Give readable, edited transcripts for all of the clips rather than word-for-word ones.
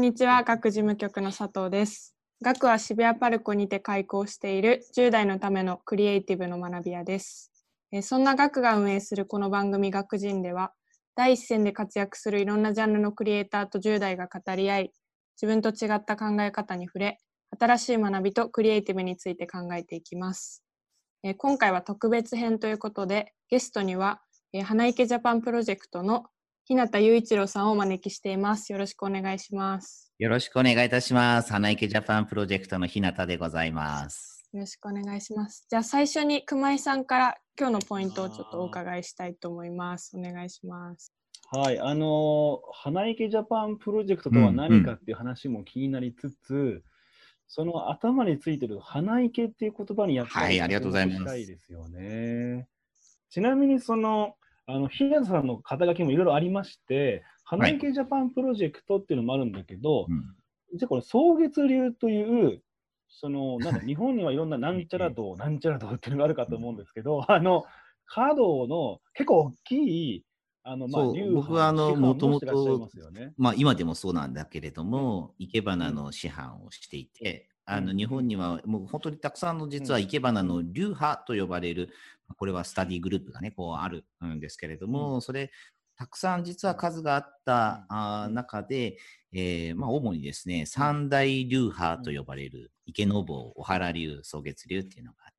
にちは、学事務局の佐藤です。学は渋谷パルコにて開講している10代のためのクリエイティブの学び屋です。そんな学が運営するこの番組学人では、第一線で活躍するいろんなジャンルのクリエイターと10代が語り合い、自分と違った考え方に触れ、新しい学びとクリエイティブについて考えていきます。今回は特別編ということで、ゲストには、花池ジャパンプロジェクトの日向雄一郎さんをお招きしています。よろしくお願いします。 よろしくお願いいたします。花池ジャパンプロジェクトの日向でございます。 よろしくお願いします。じゃあ最初に熊井さんから今日のポイントをちょっとお伺いしたいと思います。お願いします。 はい、花池ジャパンプロジェクトとは何かっていう話も気になりつつ、その頭についてる花池っていう言葉にやっぱりありがとうございます。 したいですよね。ちなみに日向さんの肩書きもいろいろありまして、花池ジャパンプロジェクトっていうのもあるんだけど、じゃあこれ草月流という、日本にはいろんななんちゃら道、なんちゃら道っていうのがあるかと思うんですけど、華道の結構大きい、 僕はもともと、 まあ今でもそうなんだけれども、生け花の師範をしていて、日本にはもう本当にたくさんの実は生け花の流派と呼ばれる、これはスタディグループがね、こうあるんですけれども、それ、たくさん実は数があった中で、主にですね、三大流派と呼ばれる池坊、小原流、草月流っていうのがあって、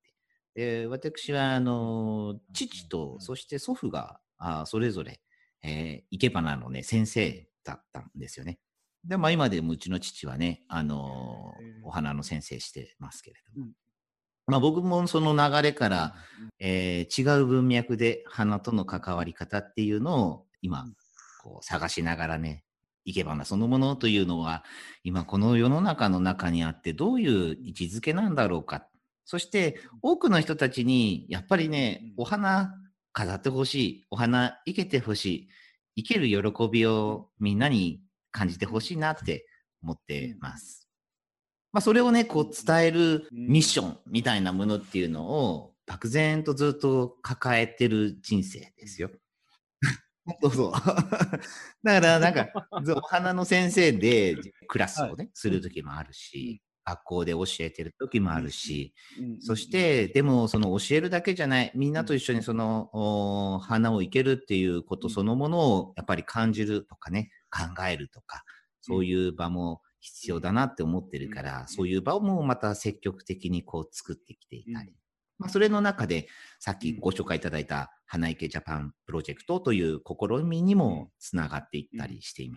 私は父とそして祖父がそれぞれ、生け花のね、先生だったんですよね。で、今でもうちの父はね、お花の先生してますけれども。僕もその流れから、違う文脈で花との関わり方っていうのを今、こう探しながらね、生け花そのものというのは、今この世の中の中にあってどういう位置づけなんだろうか。そして多くの人たちに、やっぱりね、お花飾ってほしい、お花生けてほしい、生ける喜びをみんなに感じてほしいなって思ってます。それをね、こう伝えるミッションみたいなものっていうのを漠然とずっと抱えてる人生ですよ。そうそう。だからなんか、お花の先生でクラスをね、する時もあるし、学校で教えてる時もあるし、そして、でもその教えるだけじゃない、みんなと一緒にその花を生けるっていうことそのものをやっぱり感じるとかね、考えるとか、そういう場も必要だなって思ってるから、そういう場もまた積極的にこう作ってきていたり。それの中で、さっきご紹介いただいた花池ジャパンプロジェクトという試みにもつながっていったりしています。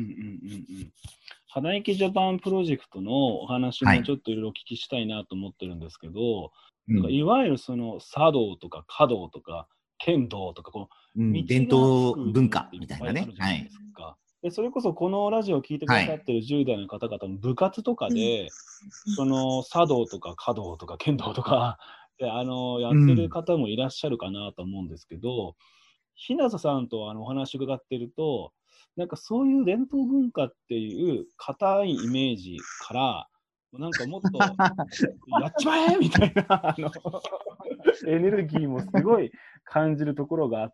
花池ジャパンプロジェクトのお話もちょっといろいろお聞きしたいなと思ってるんですけど、いわゆるその茶道とか華道とか剣道とか伝統文化みたいなね。 でそれこそこのラジオを聞いてくださってる10代の方々も部活とかで、その茶道とか華道とか剣道とかでやってる方もいらっしゃるかなと思うんですけど、日向さんとお話伺ってると、なんかそういう伝統文化っていう固いイメージから、なんかもっとやっちまえみたいなエネルギーもすごい感じるところがあって、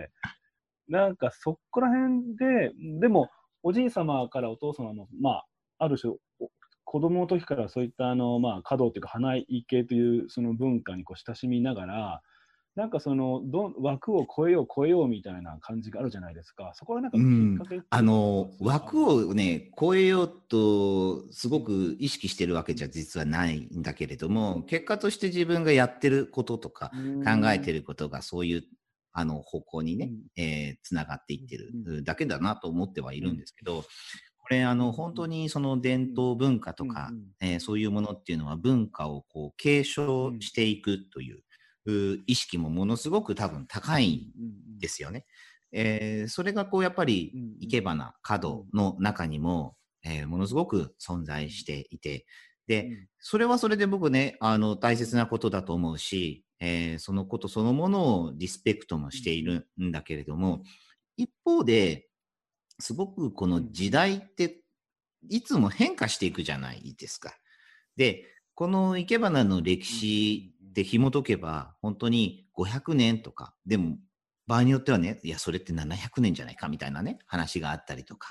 なんかそこら辺で、でもおじい様からお父様も、ある種、子供の時からそういった華道というか花池というその文化にこう親しみながら、なんかその枠を超えようみたいな感じがあるじゃないですか。そこはなんかきっかけ枠をね、超えようとすごく意識してるわけじゃ実はないんだけれども、結果として自分がやってることとか考えてることがそういう方向にね、つながっていってるだけだなと思ってはいるんですけど、これ本当にその伝統文化とか、そういうものっていうのは文化をこう継承していくという意識もものすごく多分高いんですよね。それがこうやっぱり生け花、華道の中にも、ものすごく存在していて、で、それはそれで僕ね、大切なことだと思うし、そのことそのものをリスペクトもしているんだけれども、一方で、すごくこの時代っていつも変化していくじゃないですか。で、この生け花の歴史で紐解けば、本当に500年とか、でも場合によってはね、いや、それって700年じゃないかみたいなね、話があったりとか、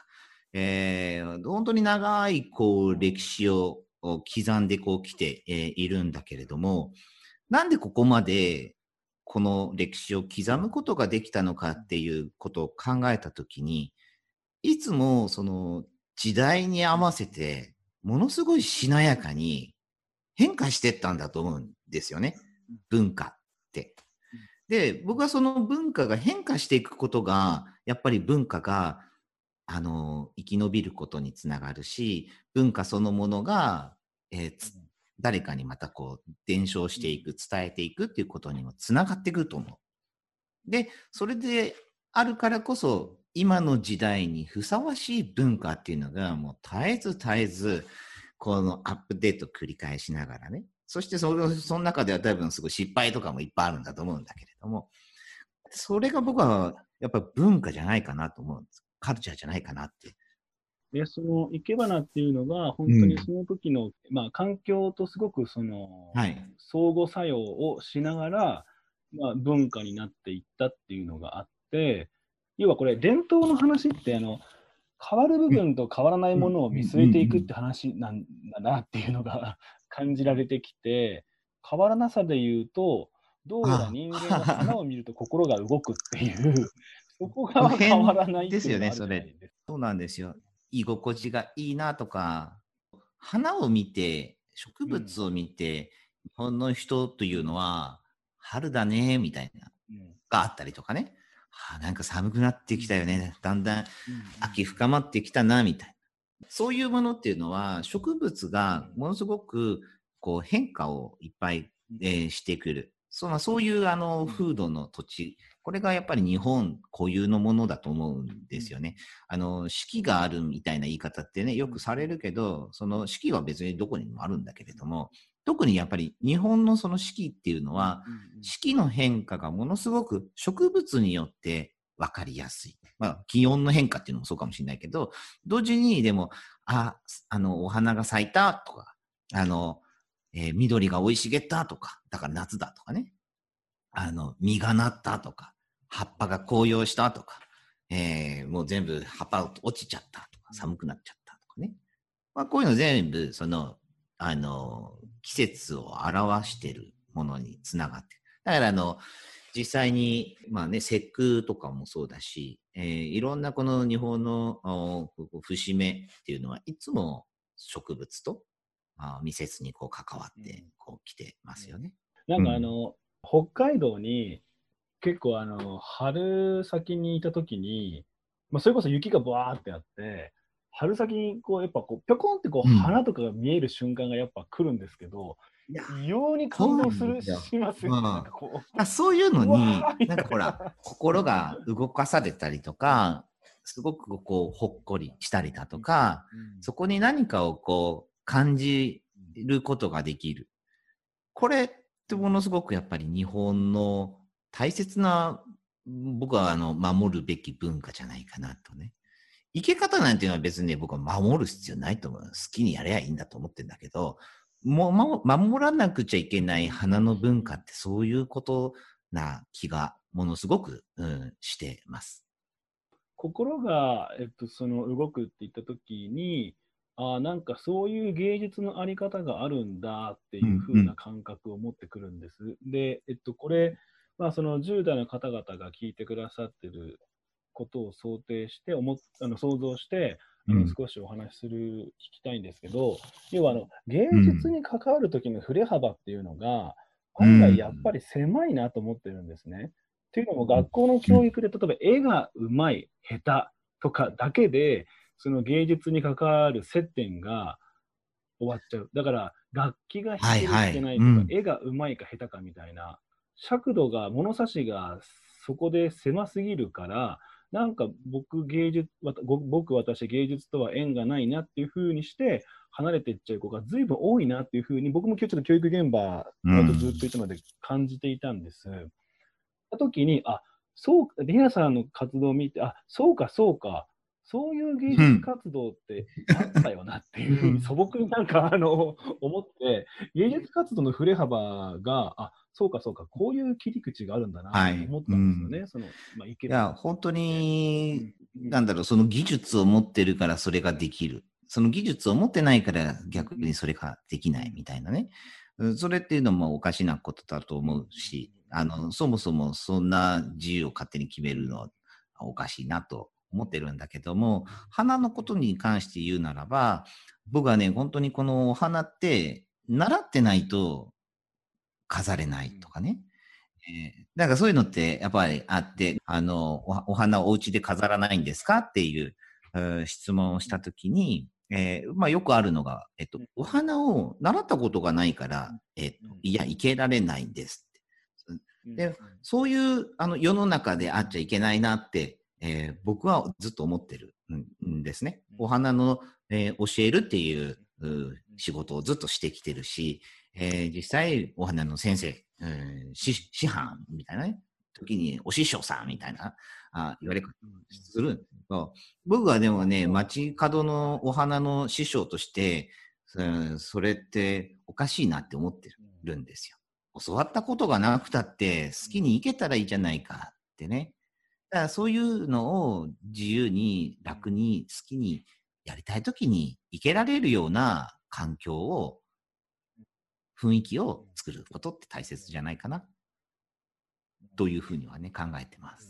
本当に長いこう歴史を刻んでこう来て、いるんだけれども、なんでここまでこの歴史を刻むことができたのかっていうことを考えたときに、いつもその時代に合わせてものすごいしなやかに変化していったんだと思うんですよね。文化って。で、僕はその文化が変化していくことが、やっぱり文化が、生き延びることにつながるし、文化そのものが、誰かにまたこう、伝承していく、伝えていくっていうことにもつながってくると思う。で、それであるからこそ、今の時代にふさわしい文化っていうのが、もう絶えず、このアップデート繰り返しながらね。そしてその中では多分すごい失敗とかもいっぱいあるんだと思うんだけれども、それが僕はやっぱ文化じゃないかなと思うんです。カルチャーじゃないかなって。 で、その生け花っていうのが、本当にその時の、環境とすごくその、 はい。 相互作用をしながら、文化になっていったっていうのがあって、要はこれ、伝統の話って、変わる部分と変わらないものを見据えていくって話なんだなっていうのが感じられてきて、変わらなさで言うと、どうやら人間は花を見ると心が動くっていう、そこが普変わら遍ないってですよね、 いうのがあるじそれ。 ゃないですか。 そうなんですよ。居心地がいいなとか、花を見て、植物を見て、日本の人というのは、春だね、みたいな、があったりとかね。なんか寒くなってきたよね。だんだん秋深まってきたな、みたいな。そういうものっていうのは、植物がものすごくこう変化をいっぱい、してくる。そういう風土の土地、これがやっぱり日本固有のものだと思うんですよね。四季があるみたいな言い方ってね、よくされるけど、その四季は別にどこにもあるんだけれども、特にやっぱり日本のその四季っていうのは、四季の変化がものすごく植物によって分かりやすい。気温の変化っていうのもそうかもしれないけど、同時にでも、お花が咲いたとか、緑が生い茂ったとか、だから夏だとかね。実がなったとか、葉っぱが紅葉したとか、もう全部葉っぱ落ちちゃったとか、寒くなっちゃったとかね。こういうの全部、季節を表しているものにつながってる。だから実際に、節句とかもそうだし、いろんなこの日本の節目っていうのはいつも植物と密接にこう関わってこう来てますよね。 なんか北海道に結構春先にいた時に、それこそ雪がバーってあって、春先にこうやっぱこうぴょこんってこう花とかが見える瞬間がやっぱ来るんですけど、異様に感動しますよね。なんかこうそういうのに、なんかほら、心が動かされたりとか、すごくこう、ほっこりしたりだとか、そこに何かをこう、感じることができる。これってものすごくやっぱり日本の大切な、僕は守るべき文化じゃないかなとね。生け方なんていうのは別にね、僕は守る必要ないと思う。好きにやればいいんだと思ってるんだけど、もう守らなくちゃいけない花の文化ってそういうことな気がものすごく、してます。 心が、その動くって言った時に、なんかそういう芸術のあり方があるんだっていう風な感覚を持ってくるんです。で、これ、その10代の方々が聞いてくださってることを想定して想像して、少しお話し聞きたいんですけど、要は芸術に関わる時の振れ幅っていうのが、案外やっぱり狭いなと思ってるんですね。というのも学校の教育で、例えば絵がうまい、下手とかだけで、その芸術に関わる接点が終わっちゃう。だから楽器が弾ける弾けないとか、絵がうまいか下手かみたいな、尺度が、物差しがそこで狭すぎるから、なんか私芸術とは縁がないなっていう風にして離れていっちゃう子が随分多いなっていう風に僕も今日ちょっと教育現場ずっといたので感じていたんです。た時に、リナさんの活動を見て、そうか、そういう芸術活動ってあったよなっていうふうに素朴になんか思って、芸術活動の振れ幅が、そうか、こういう切り口があるんだなと思ったんですよね。 いや、本当になんだろう、その技術を持ってるからそれができる。その技術を持ってないから逆にそれができないみたいなね。それっていうのもおかしなことだと思うし、そもそもそんな自由を勝手に決めるのはおかしいなと思ってるんだけども、花のことに関して言うならば、僕はね、本当にこのお花って習ってないと飾れないとかね。なんかそういうのってやっぱりあって、お花をお家で飾らないんですかっていう質問をしたときに、まあよくあるのが、お花を習ったことがないから、いや、生けられないんですって。で、そういう世の中であっちゃいけないなって、僕はずっと思ってるんですね。お花の、教えるっていう仕事をずっとしてきてるし、実際お花の先生、師範みたいなね、時にお師匠さんみたいな言われ方するんですけど、僕はでもね、街角のお花の師匠として、それっておかしいなって思ってるんですよ。教わったことがなくたって好きに生けたらいいじゃないかってね。だからそういうのを自由に楽に好きにやりたいときに生けられるような環境を、雰囲気を作ることって大切じゃないかなというふうにはね、考えてます。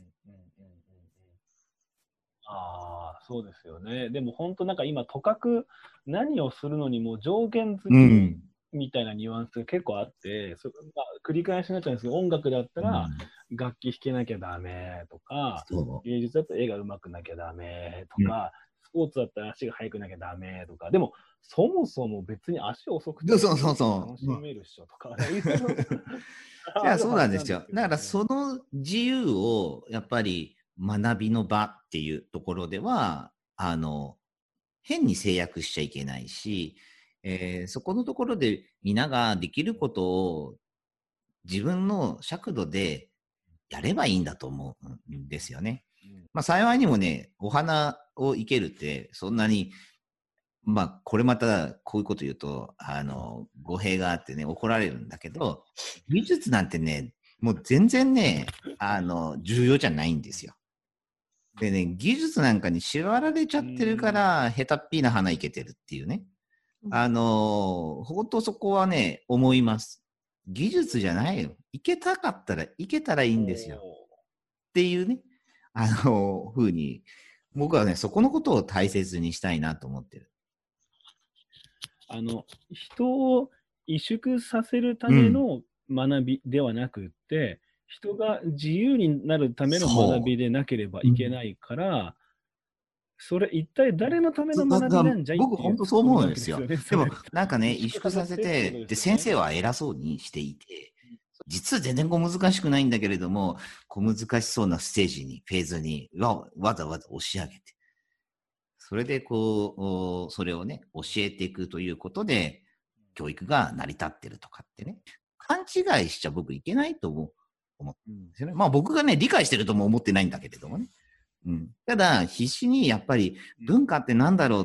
ああ、そうですよね。でも本当なんか今、とかく何をするのにも上限付きみたいなニュアンスが結構あって、まあ、繰り返しになっちゃうんですけど、音楽だったら楽器弾けなきゃダメとか、芸術だったら絵が上手くなきゃダメとか、スポーツだったら足が速くなきゃダメとか、でもそもそも別に足遅くて楽しめるっしょとか、 いや、そうなんですよ。だからその自由をやっぱり学びの場っていうところでは、変に制約しちゃいけないし、そこのところで皆ができることを自分の尺度でやればいいんだと思うんですよね。まあ幸いにもね、お花を生けるってそんなに、まあこれまたこういうこと言うと、語弊があってね、怒られるんだけど、技術なんてね、もう全然ね、重要じゃないんですよ。でね、技術なんかに縛られちゃってるから、下手っぴな花いけてるっていうね。本当そこはね、思います。技術じゃないよ。いけたかったらいけたらいいんですよ。っていうね、ふうに、僕はね、そこのことを大切にしたいなと思ってる。 人を萎縮させるための学びではなくって、人が自由になるための学びでなければいけないから、それ一体誰のための学びなんじゃいっていう。 僕本当そう思うんですよ。でもなんかね、萎縮させて、で、先生は偉そうにしていて、実は全然難しくないんだけれども、難しそうなステージに、フェーズにわざわざ押し上げて、それでそれをね、教えていくということで、教育が成り立ってるとかってね、勘違いしちゃ僕いけないと思うんですよね。まあ僕がね、理解してるとも思ってないんだけれどもね。ただ、必死にやっぱり文化って何だろうって、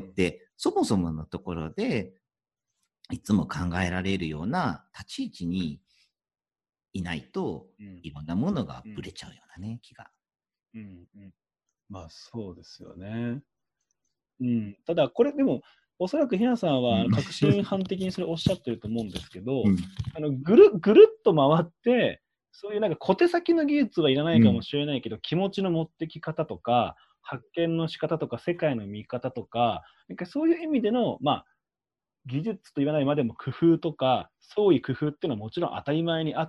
そもそものところで、いつも考えられるような立ち位置にいないと、いろんなものがぶれちゃうようなね、気が。 まあそうですよね。ただこれでも、おそらくひなさんは革新犯的にそれおっしゃってると思うんですけど、ぐるっと回って、そういうなんか小手先の技術はいらないかもしれないけど、気持ちの持ってき方とか、発見の仕方とか、世界の見方とか、なんかそういう意味での、まあ、技術と言わないまでも工夫とか、創意工夫っていうのはもちろん当たり前にあって、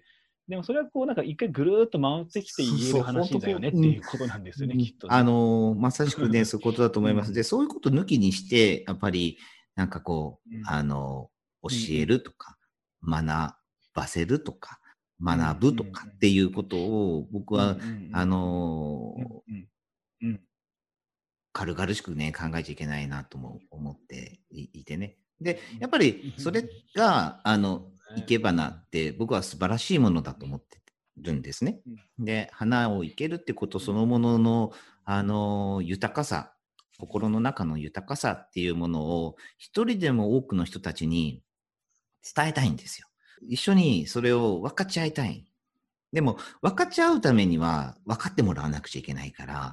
でもそれはこうなんか一回ぐるーっと回ってきて言える話だよねっていうことなんですよね、きっとね。 まさしくね、そういうことだと思います。で、そういうこと抜きにして、やっぱりなんかこう、教えるとか、学ばせるとか、学ぶとかっていうことを僕は、軽々しくね、考えちゃいけないなとも思っていてね。で、やっぱりそれが、生け花って僕は素晴らしいものだと思ってるんですね。で、花を生けるってことそのものの、豊かさ、心の中の豊かさっていうものを一人でも多くの人たちに伝えたいんですよ。一緒にそれを分かち合いたい。でも、分かち合うためには分かってもらわなくちゃいけないから、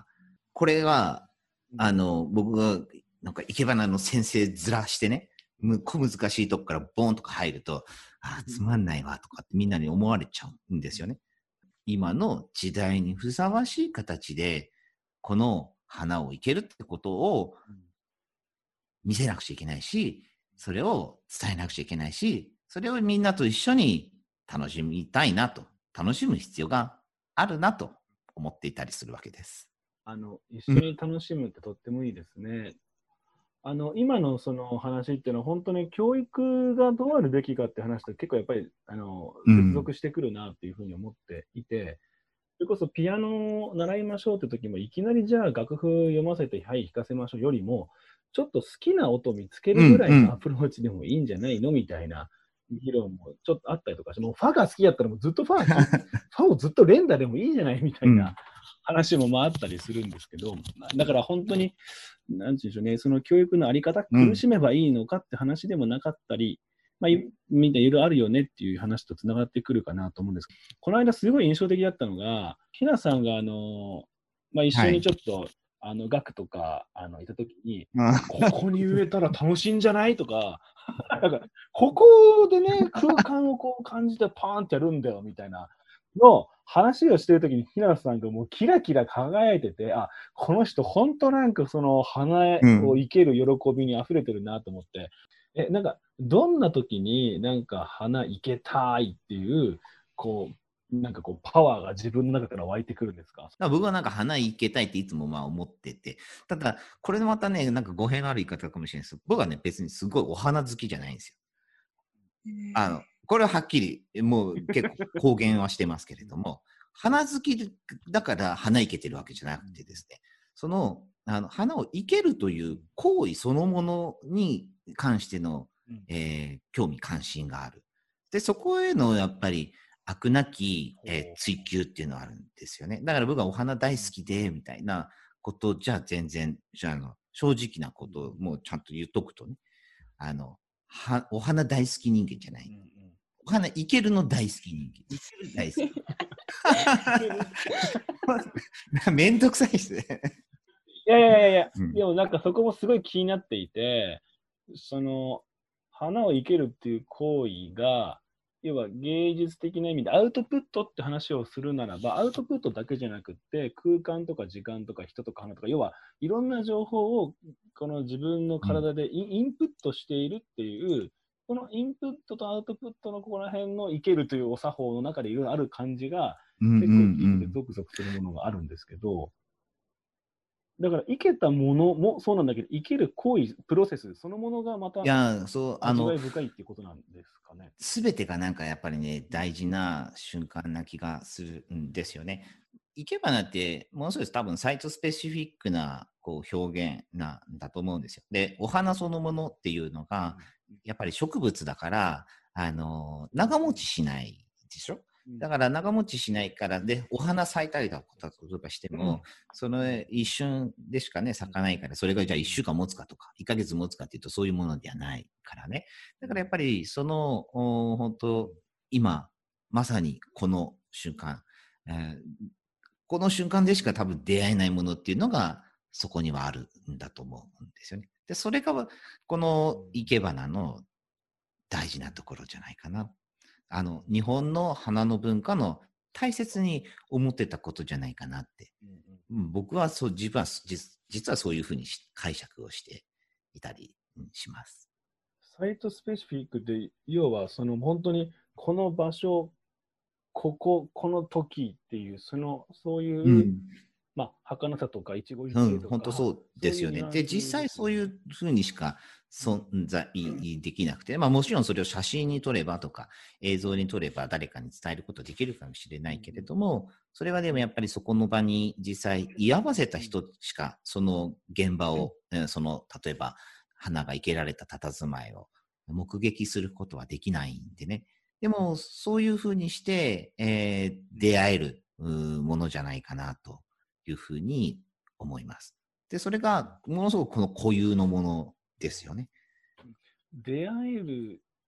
これは、僕が、なんか、生け花の先生ずらしてね、小難しいとこからボーンとか入ると、つまんないわとかってみんなに思われちゃうんですよね。今の時代にふさわしい形で、この花を生けるってことを見せなくちゃいけないし、それを伝えなくちゃいけないし、それをみんなと一緒に楽しみたいなと、楽しむ必要があるなと思っていたりするわけです。 一緒に楽しむってとってもいいですね。今のその話っていうのは、本当に教育がどうあるべきかって話と結構やっぱり接続してくるなっていうふうに思っていて、それこそピアノを習いましょうって時も、いきなりじゃあ楽譜読ませて、はい、弾かせましょうよりも、ちょっと好きな音を見つけるぐらいのアプローチでもいいんじゃないのみたいな議論もちょっとあったりとかして、もうファが好きやったらもうずっとファをずっと連打でもいいじゃないみたいな話もあったりするんですけど、だから本当に、なんていうんでしょうね、その教育のあり方、苦しめばいいのかって話でもなかったり、みんないろいろあるよねっていう話とつながってくるかなと思うんですけど、この間すごい印象的だったのが、ひなさんが一緒にちょっと、学とかいたときに、ここに植えたら楽しいんじゃないとか、なんかここでね、空間をこう感じてパーンってやるんだよみたいなの話をしてるときに、ひなさんがもうキラキラ輝いてて、この人、本当なんかその花を生ける喜びに溢れてるなと思って、なんか、どんな時になんか花生けたいっていう、なんかパワーが自分の中から湧いてくるんですか？ 僕はなんか花生けたいっていつも思ってて、ただ、これまたね、なんか語弊のある言い方かもしれないです。僕はね、別にすごいお花好きじゃないんですよ。これははっきり、もう結構公言はしてますけれども、花好きだから花生けてるわけじゃなくてですね、その、花を生けるという行為そのものに関しての、興味関心がある。で、そこへのやっぱり飽くなき、追求っていうのはあるんですよね。だから僕はお花大好きで、みたいなことじゃ全然、正直なことをもうちゃんと言っとくとね、お花大好き人間じゃない。お花生けるの大好き人間。生ける大好き。めんどくさいですね。 いや、でもなんかそこもすごい気になっていて、その、花を生けるっていう行為が、要は芸術的な意味でアウトプットって話をするならば、アウトプットだけじゃなくって、空間とか時間とか人とか花とか、要はいろんな情報をこの自分の体でインプットしているっていう、このインプットとアウトプットのここら辺の生けるというお作法の中でいろいろある感じが、結構聞いててゾクゾクするものがあるんですけど、だから、生けたものもそうなんだけど、生ける行為、プロセスそのものがまた味わい深いっていうことなんですかね。 すべてがなんかやっぱりね、大事な瞬間な気がするんですよね。生け花ってものすごい多分サイトスペシフィックな表現なんだと思うんですよ。で、お花そのものっていうのが、やっぱり植物だから、長持ちしないでしょ。だから長持ちしないからで、お花咲いたりだとかしても、その一瞬でしかね、咲かないから、それがじゃあ1週間持つかとか、1ヶ月持つかっていうとそういうものではないからね。だからやっぱりその、本当、今、まさにこの瞬間、この瞬間でしか多分出会えないものっていうのがそこにはあるんだと思うんですよね。で、それがこの生け花の大事なところじゃないかな。日本の花の文化の大切に思ってたことじゃないかなって。僕はそう、実はそういうふうに解釈をしていたりします。 サイトスペシフィックって要はその本当にこの場所、この時っていうそういう、儚さとか一期一会とか、 本当そうですよね。で、実際そういうふうにしか存在できなくて、もちろんそれを写真に撮ればとか映像に撮れば誰かに伝えることできるかもしれないけれども、それはでもやっぱりそこの場に実際居合わせた人しかその現場を、例えば花が生けられた佇まいを目撃することはできないんでね。でもそういうふうにして、出会えるものじゃないかなというふうに思います。で、それがものすごくこの固有のものですよね。 出会える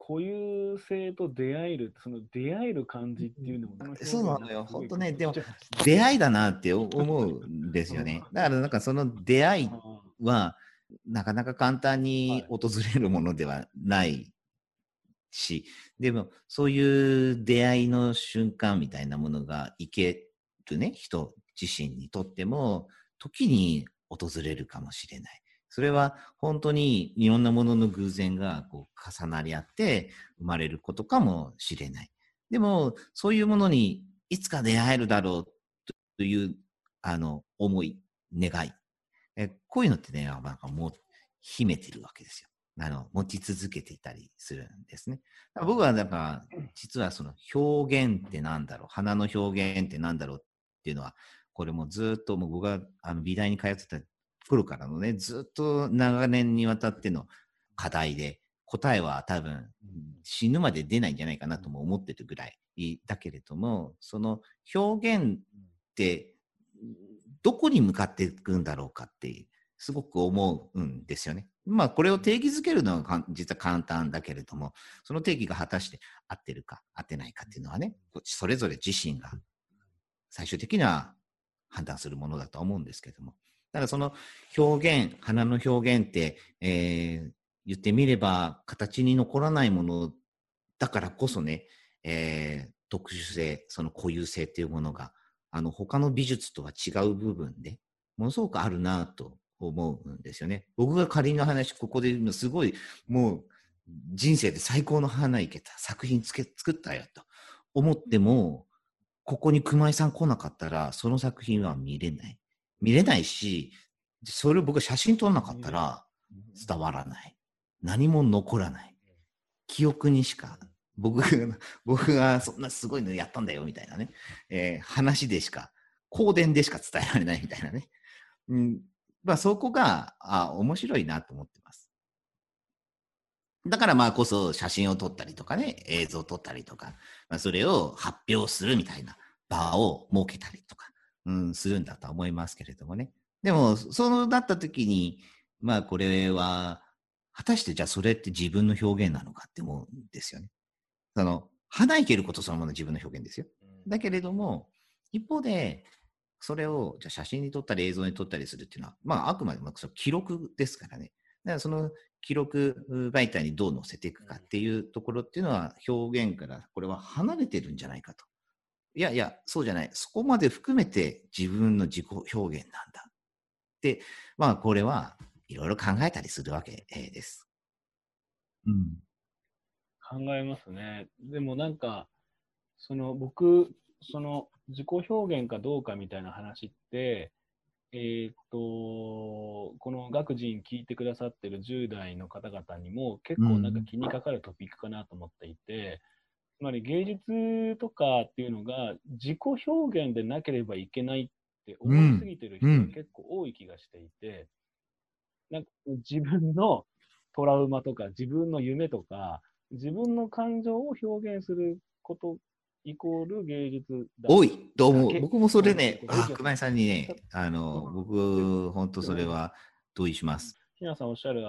固有性と出会える、その出会える感じっていうのも、 そうなのよ、本当ね、でも出会いだなって思うんですよね。だからなんかその出会いはなかなか簡単に訪れるものではないし、でもそういう出会いの瞬間みたいなものがいけるね、人自身にとっても時に訪れるかもしれない。それは本当にいろんなものの偶然がこう重なり合って生まれることかもしれない。でもそういうものにいつか出会えるだろうという思い、願い。こういうのってね、なんかもう秘めてるわけですよ。持ち続けていたりするんですね。僕はなんか、実はその表現ってなんだろう、花の表現ってなんだろうっていうのは、これもずっともう僕が美大に通ってた頃からのね、ずっと長年にわたっての課題で、答えは多分死ぬまで出ないんじゃないかなとも思ってるぐらいだけれども、その表現ってどこに向かっていくんだろうかっていう、すごく思うんですよね。まあこれを定義づけるのは実は簡単だけれども、その定義が果たして合ってるか合ってないかっていうのはね、それぞれ自身が最終的には判断するものだと思うんですけども。ただその表現、花の表現って、言ってみれば形に残らないものだからこそね、特殊性、その固有性っていうものが、他の美術とは違う部分で、ものすごくあるなと思うんですよね。僕が仮の話、ここで言うのすごい、もう人生で最高の花いけた作品作ったよと思っても、ここに熊井さん来なかったら、その作品は見れない。見れないし、それを僕が写真撮らなかったら伝わらない。何も残らない。記憶にしか、僕がそんなすごいのやったんだよみたいなね、話でしか、口伝でしか伝えられないみたいなね。まあそこが面白いなと思ってます。だからまあこそ写真を撮ったりとかね、映像を撮ったりとか、まあ、それを発表するみたいな場を設けたりとか、するんだとは思いますけれどもね。でも、そうなった時に、まあこれは、果たしてじゃあそれって自分の表現なのかって思うんですよね。花いけることそのもの自分の表現ですよ。だけれども、一方で、それをじゃあ写真に撮ったり映像に撮ったりするっていうのは、まああくまでもその記録ですからね。だからその記録媒体にどう載せていくかっていうところっていうのは表現からこれは離れてるんじゃないかと。いやいや、そうじゃない。そこまで含めて自分の自己表現なんだ。で、まあこれはいろいろ考えたりするわけです。 考えますね。でもなんか、僕、自己表現かどうかみたいな話って、この学人聞いてくださってる10代の方々にも結構なんか気にかかるトピックかなと思っていて、つまり芸術とかっていうのが自己表現でなければいけないって思いすぎてる人が結構多い気がしていて、なんか自分のトラウマとか自分の夢とか自分の感情を表現することイコール芸術だ。 多いと思う。僕もそれね、熊井さんにね、僕、本当それは同意します。 ひなさんおっしゃる、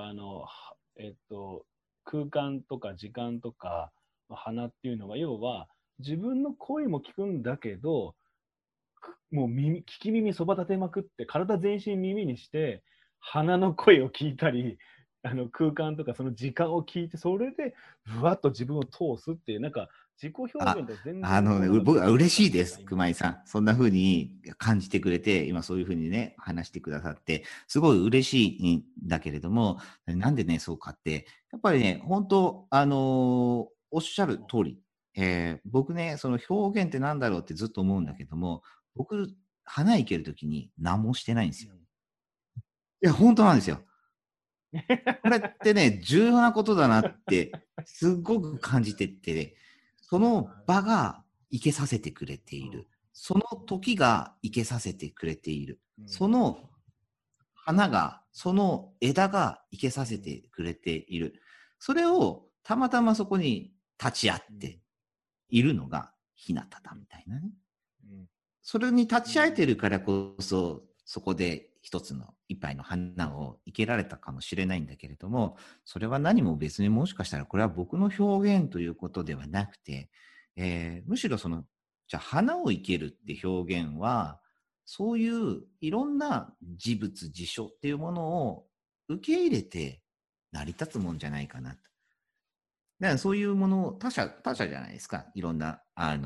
空間とか時間とか花っていうのは、要は自分の声も聞くんだけど、もう聞き耳そば立てまくって、体全身耳にして、花の声を聞いたり、空間とかその時間を聞いて、それでぶわっと自分を通すっていう、なんか自己表現と全然僕は嬉しいです、熊井さん。そんな風に感じてくれて、今そういう風にね、話してくださって、すごい嬉しいんだけれども、なんでね、そうかって、やっぱりね、本当、おっしゃる通り、僕ね、その表現ってなんだろうってずっと思うんだけども、僕、花いけるときに何もしてないんですよ。いや、本当なんですよ。これってね、重要なことだなって、すごく感じてて、ね、その場が生けさせてくれている。その時が生けさせてくれている。その花が、その枝が生けさせてくれている。それをたまたまそこに立ち会っているのが日向だみたいなね。それに立ち会えてるからこそ、そこで一つの一杯の花を生けられたかもしれないんだけれども、それは何も別にもしかしたらこれは僕の表現ということではなくて、むしろじゃあ花を生けるって表現は、そういういろんな事物、事象っていうものを受け入れて成り立つもんじゃないかなと。だからそういうものを他者じゃないですか。いろんな、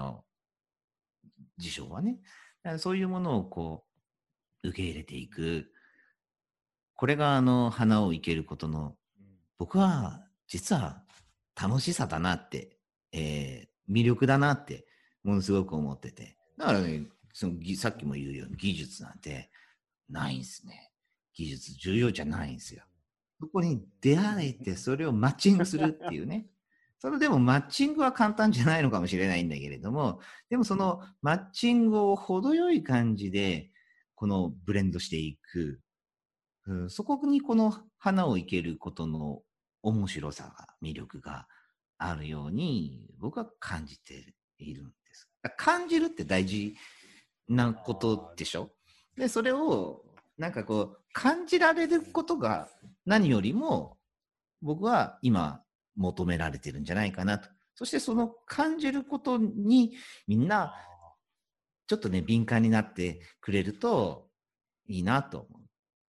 事象はね。だからそういうものをこう、受け入れていく。これが花を生けることの、僕は実は楽しさだなって、魅力だなって、ものすごく思ってて。だからね、さっきも言うように技術なんてないんですね。技術重要じゃないんですよ。そこに出会えて、それをマッチングするっていうね。それでもマッチングは簡単じゃないのかもしれないんだけれども、でもそのマッチングを程よい感じで、このブレンドしていく。そこにこの花を生けることの面白さが、魅力があるように、僕は感じているんです。感じるって大事なことでしょ？で、それを、なんかこう、感じられることが何よりも、僕は今求められてるんじゃないかなと。そしてその感じることにみんなちょっとね、敏感になってくれるといいなと思う。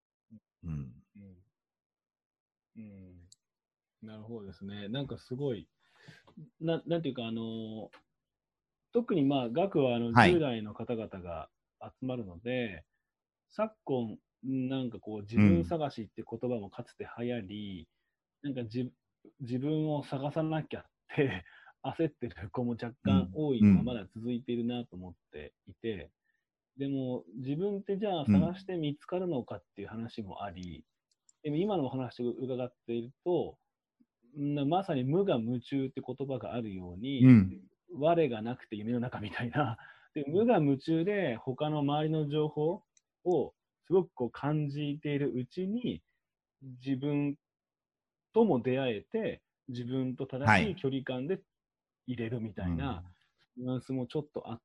なるほどですね。なんかすごい、なんていうか、特に学は10代の方々が集まるので、昨今、なんかこう、自分探しって言葉もかつて流行り、なんか自分を探さなきゃって焦ってる子も若干多いのはまだ続いているなと思っていて、でも自分ってじゃあ探して見つかるのかっていう話もあり、でも今のお話を伺っていると、まさに無我夢中って言葉があるように、我がなくて夢の中みたいな、で無我夢中で他の周りの情報をすごくこう感じているうちに、自分とも出会えて、自分と正しい距離感で入れるみたいなニュアンスもちょっとあって、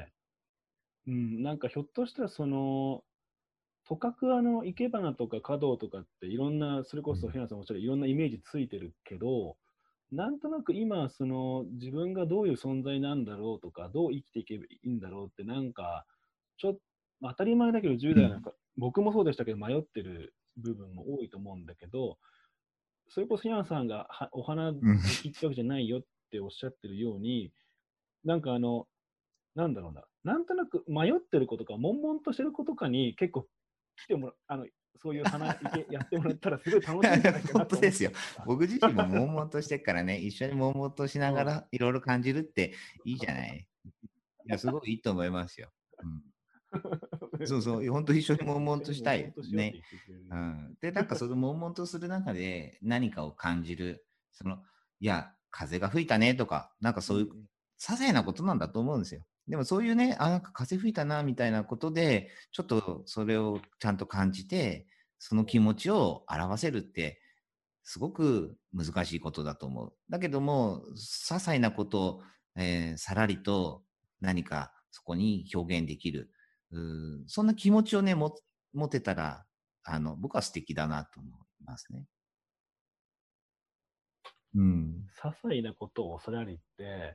なんかひょっとしたらとかく生け花とか華道とかっていろんな、それこそひなさんもおっしゃるいろんなイメージついてるけど、なんとなく今、自分がどういう存在なんだろうとか、どう生きていけばいいんだろうって、なんか、当たり前だけど10代なんか、僕もそうでしたけど、迷ってる部分も多いと思うんだけど、それこそひなさんがお花好きってわけじゃないよっておっしゃってるように、なんかなんだろうな、なんとなく迷ってる子とか、悶々としてる子とかに結構来てもらそういう花池やってもらったらすごい楽しいんじゃないかな本当ですよ。僕自身も悶々としてからね、一緒に悶々としながらいろいろ感じるっていいじゃない。いや、すごいいいと思いますよ。そうそう、本当一緒に悶々としたい。ね。で、なんかその悶々とする中で何かを感じる。いや、風が吹いたねとか、なんかそういう些細なことなんだと思うんですよ。でもそういうね、なんか風吹いたなみたいなことで、ちょっとそれをちゃんと感じて、その気持ちを表せるって、すごく難しいことだと思う。だけども、些細なことを、さらりと何かそこに表現できる。そんな気持ちをね、持てたら、僕は素敵だなと思いますね。 些細なことをさらりって、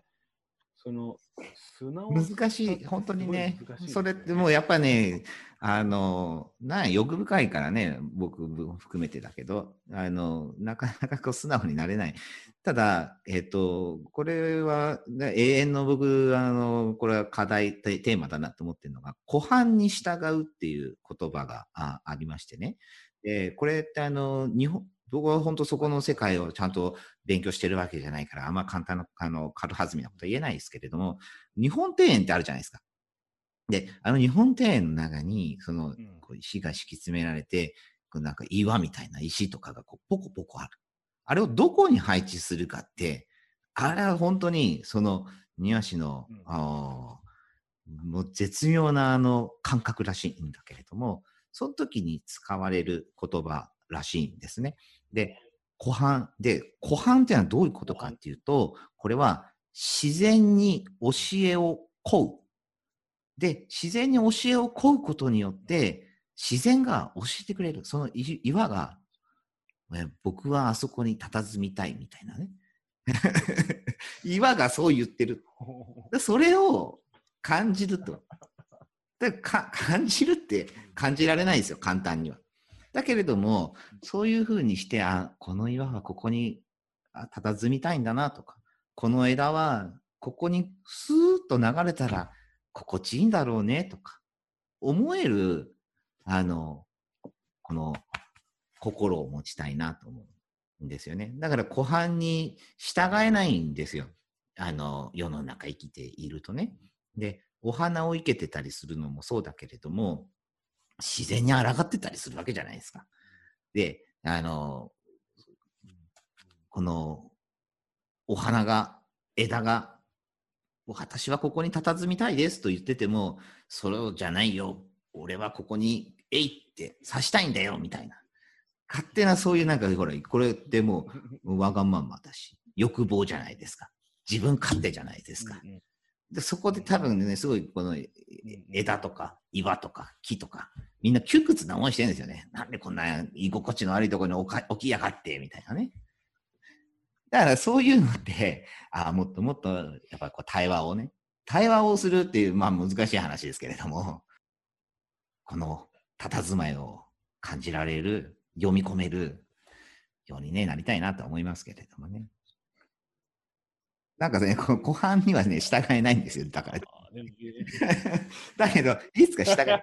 素直難しい、本当にね。それってもうやっぱね、欲深いからね、僕含めてだけど、なかなかこう素直になれない。ただ、これは、永遠の僕、これは課題、テーマだなと思ってるのが、湖畔に従うっていう言葉がありましてね。これって僕は本当そこの世界をちゃんと勉強してるわけじゃないから、あんま簡単な、軽はずみなことは言えないですけれども、日本庭園ってあるじゃないですか。で、日本庭園の中に、こう石が敷き詰められて、なんか岩みたいな石とかがこうポコポコある。あれをどこに配置するかって、あれは本当に、庭師の、もう絶妙な感覚らしいんだけれども、その時に使われる言葉らしいんですね。で、湖畔っていうのはどういうことかっていうと、これは自然に教えを請う。で、自然に教えを請うことによって、 自然が教えてくれる。その岩が、僕はあそこに佇みたいみたいなね。岩がそう言ってる。それを感じると。感じるって感じられないですよ、簡単には。だけれども、そういうふうにして、この岩はここに佇みたいんだなとか、この枝はここにスーッと流れたら心地いいんだろうねとか、思える、この心を持ちたいなと思うんですよね。だから湖畔に従えないんですよ。世の中生きているとね。で、お花を生けてたりするのもそうだけれども、自然に抗ってたりするわけじゃないですか。で、このお花が、枝が、私はここに佇みたいですと言ってても、それじゃないよ。俺はここに、えいって刺したいんだよ、みたいな。勝手なそういうなんか、ほら、これってもうわがままだし、欲望じゃないですか。自分勝手じゃないですか。でそこで多分ね、すごいこの枝とか岩とか木とか、みんな窮屈な思いしてるんですよね。なんでこんな居心地の悪いところに起きやがって、みたいなね。だからそういうのって、もっともっとやっぱりこう対話をするっていう、まあ難しい話ですけれども、この佇まいを感じられる、読み込めるように、ね、なりたいなと思いますけれどもね。なんかね、湖畔にはね、従えないんですよ、だから。だけど、いつか従え。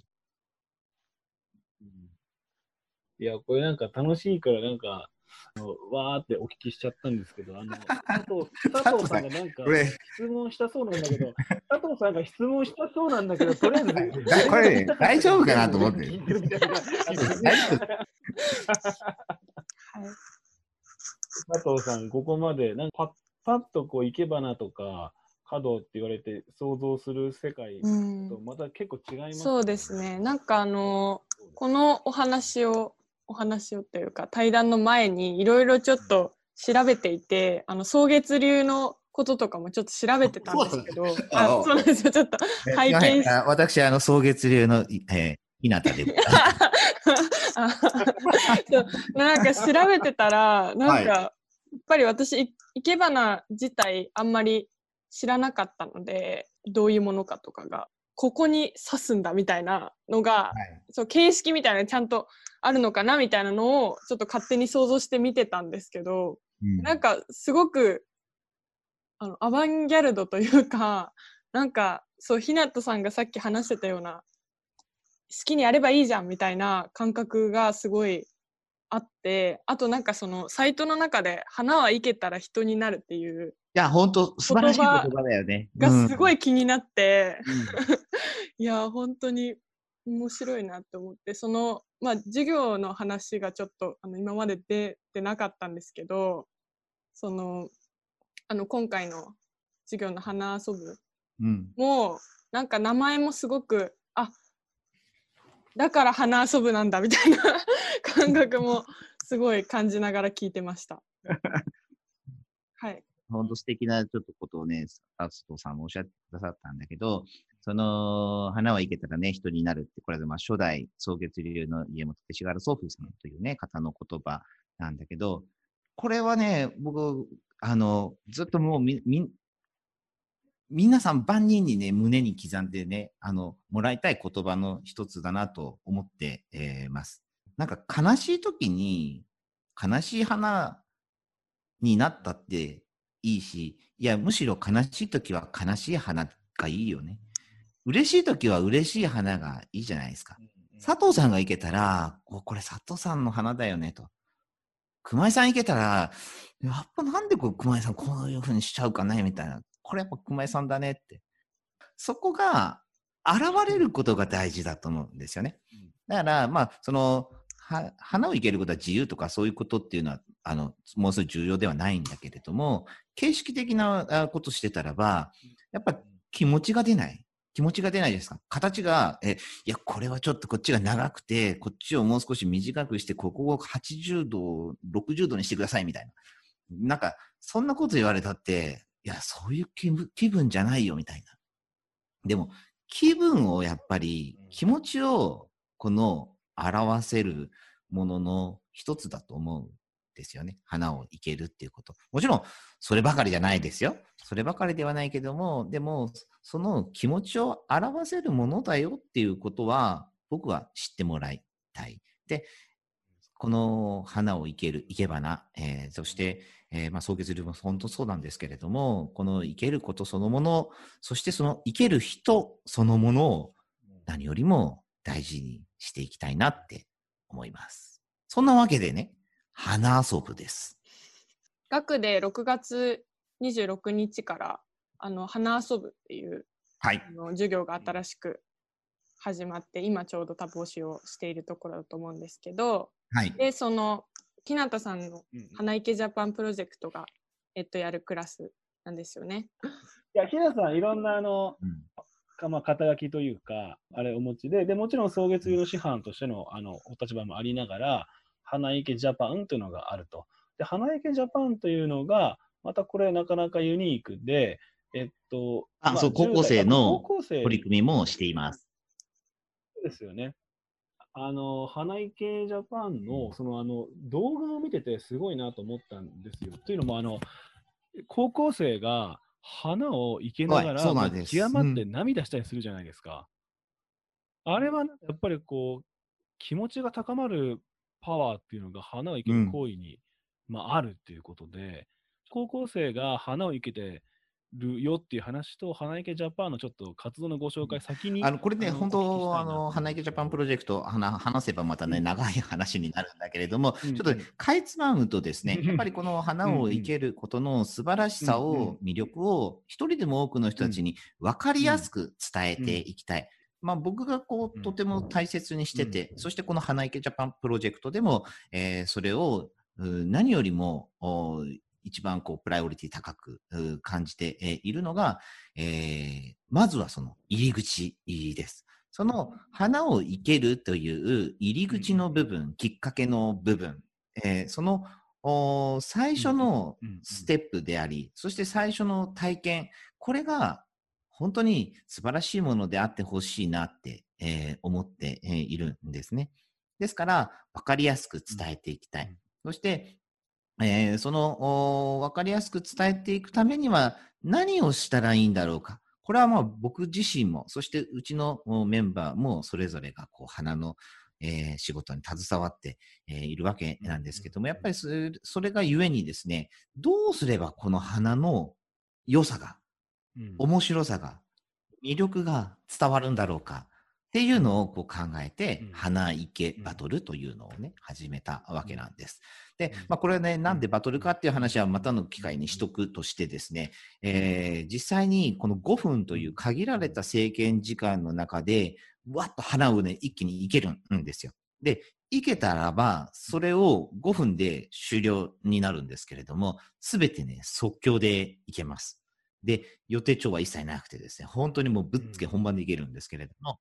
いや、これなんか楽しいから、なんか、わーってお聞きしちゃったんですけど、佐藤さんがなんか質問したそうなんだけど、佐藤さんが質問したそうなんだけど、とりあえず、 これ、ね、大丈夫かなと思ってる。 佐藤さん、ここまで、なんかパッとこう、生け花とか、華道って言われて想像する世界とまた結構違いますね。 そうですね。なんかこのお話をというか対談の前にいろいろちょっと調べていて、草月流のこととかもちょっと調べてたんですけど、そうなんですよ。ちょっと拝見し私草月流の日向でなんか調べてたらなんか、やっぱり私生け花自体あんまり知らなかったので、どういうものかとかがここに刺すんだみたいなのが、そう形式みたいなのちゃんとあるのかなみたいなのをちょっと勝手に想像して見てたんですけど、なんかすごくアバンギャルドというか、なんかそうひなとさんがさっき話してたような好きにやればいいじゃんみたいな感覚がすごいあって、あとなんかそのサイトの中で花は生けたら人になるっていう本当素晴らしい言葉だよね。 がすごい気になって、いや本当に面白いなって思って、そのまあ授業の話がちょっと今まで出てなかったんですけど、その今回の授業の花遊ぶも、なんか名前もすごくだから花遊ぶなんだみたいな感覚もすごい感じながら聞いてました。はい。 本当素敵なちょっとことをね、佐藤さんもおっしゃってくださったんだけど、その花は生けたらね、人になるって、これはまあ初代草月流の家元勅使河原宗風さんというね、方の言葉なんだけど、これはね、僕、ずっともう皆さん万人にね、胸に刻んでね、もらいたい言葉の一つだなと思って、ます。なんか悲しい時に、悲しい花になったっていいし、いや、むしろ悲しい時は悲しい花がいいよね。嬉しい時は嬉しい花がいいじゃないですか。佐藤さんがいけたら、これ佐藤さんの花だよねと。熊井さんいけたら、やっぱなんで熊井さんこういう風にしちゃうかねみたいな。これやっぱ熊井さんだねって。そこが現れることが大事だと思うんですよね。だから、まあ、花を生けることは自由とかそういうことっていうのは、もうすぐ重要ではないんだけれども、形式的なことしてたらば、やっぱ気持ちが出ない。気持ちが出ないですか。形が、いや、これはちょっとこっちが長くて、こっちをもう少し短くして、ここを80度、60度にしてくださいみたいな。なんか、そんなこと言われたって、いや、そういう気分じゃないよみたいな。でも、気分をやっぱり、気持ちをこの表せるものの一つだと思うんですよね。花を生けるっていうこと。もちろん、そればかりじゃないですよ。そればかりではないけども、でも、その気持ちを表せるものだよっていうことは、僕は知ってもらいたい。で、この花を生ける、生け花、そして、草月流も本当そうなんですけれども、この生けることそのもの、そしてその生ける人そのものを何よりも大事にしていきたいなって思います。そんなわけでね、花遊ぶです。 学で6月26日から花遊ぶっていう、 はい、 授業が新しく始まって、今ちょうど多募集をしているところだと思うんですけど、 はい、 でその木形さんの花池ジャパンプロジェクトが、やるクラスなんですよね。 いや、ひなさん、いろんな肩書きというか、あれお持ちで、もちろん草月流の師範としてのお立場もありながら、花池ジャパンというのがあると。で、花池ジャパンというのが、またこれなかなかユニークで、 そう、高校生の取り組みもしています。 そうですよね。花池ジャパンの、動画を見ててすごいなと思ったんですよ。というのも、高校生が花を生けながら、極まって涙したりするじゃないですか。あれはやっぱり気持ちが高まるパワーっていうのが花を生ける行為に、あるっていうことで、高校生が花を生けてるよっていう話と、花池ジャパンのちょっと活動のご紹介先に。 これね、本当、花池ジャパンプロジェクト、話せばまたね、長い話になるんだけれども、ちょっとかいつまむとですね、やっぱりこの花を生けることの素晴らしさを、魅力を、一人でも多くの人たちに分かりやすく伝えていきたい。僕がとても大切にしてて、そしてこの花池ジャパンプロジェクトでも、それを何よりも一番プライオリティ高く感じているのが、まずはその入り口です。その花を生けるという入り口の部分、きっかけの部分、その最初のステップであり、そして最初の体験、これが本当に素晴らしいものであってほしいなって、思っているんですね。ですから、わかりやすく伝えていきたい。そして、そのわかりやすく伝えていくためには何をしたらいいんだろうか。これは僕自身も、そしてうちのメンバーもそれぞれが花の、仕事に携わっているわけなんですけども、やっぱりそれがゆえにですね、どうすればこの花の良さが、面白さが、魅力が伝わるんだろうかっていうのを考えて、花池バトルというのをね、始めたわけなんです。で、これはね、なんでバトルかっていう話はまたの機会にしとくとしてですね、実際にこの5分という限られた制限時間の中で、わっと花をね、一気に生けるんですよ。で、生けたらば、それを5分で終了になるんですけれども、すべてね、即興で生けます。で、予定調は一切なくてですね、本当にもうぶっつけ本番でいけるんですけれども。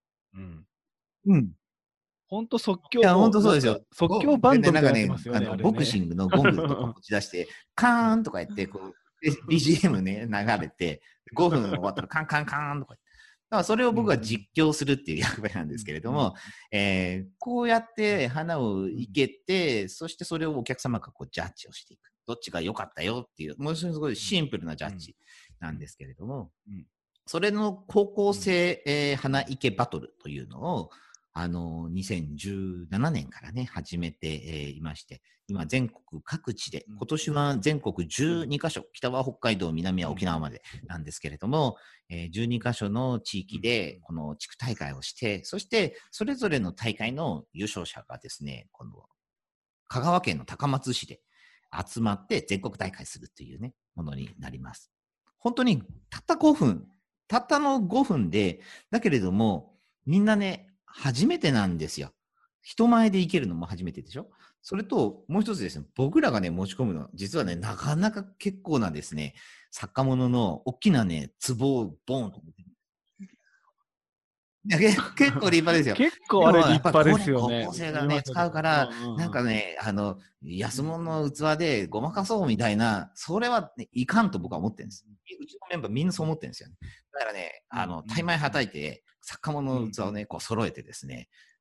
本当即興。 いや、本当そうですよ。 即興バンドみたいになってますよね。 ボクシングのゴングとか持ち出して、カーンとか言って、BGM ね、流れて、5分終わったらカンカンカーンとか言って。だからそれを僕は実況するっていう役割なんですけれども、こうやって花を生けて、そしてそれをお客様がジャッジをしていく。どっちが良かったよっていう、もうすごいシンプルなジャッジなんですけれども、それの高校生、花生けバトルというのを、2017年からね、始めていまして、今全国各地で、今年は全国12カ所、北は北海道、南は沖縄までなんですけれども、12カ所の地域でこの地区大会をして、そしてそれぞれの大会の優勝者がですね、この香川県の高松市で集まって全国大会するというね、ものになります。本当にたったの5分で、だけれども、みんなね、初めてなんですよ。人前で生けるのも初めてでしょ。それと、もう一つですね、僕らがね、持ち込むの、実はね、なかなか結構なですね、作家物の大きなね、壺をボーンと。結構立派ですよ。 結構あれ立派ですよね。 高校生がね、使うから、なんかね、安物の器でごまかそうみたいな、それは、ね、いかんと僕は思ってるんです。うちのメンバーみんなそう思ってるんですよね。だからね、大枚はたいて、作家物の器をね、揃えてですね、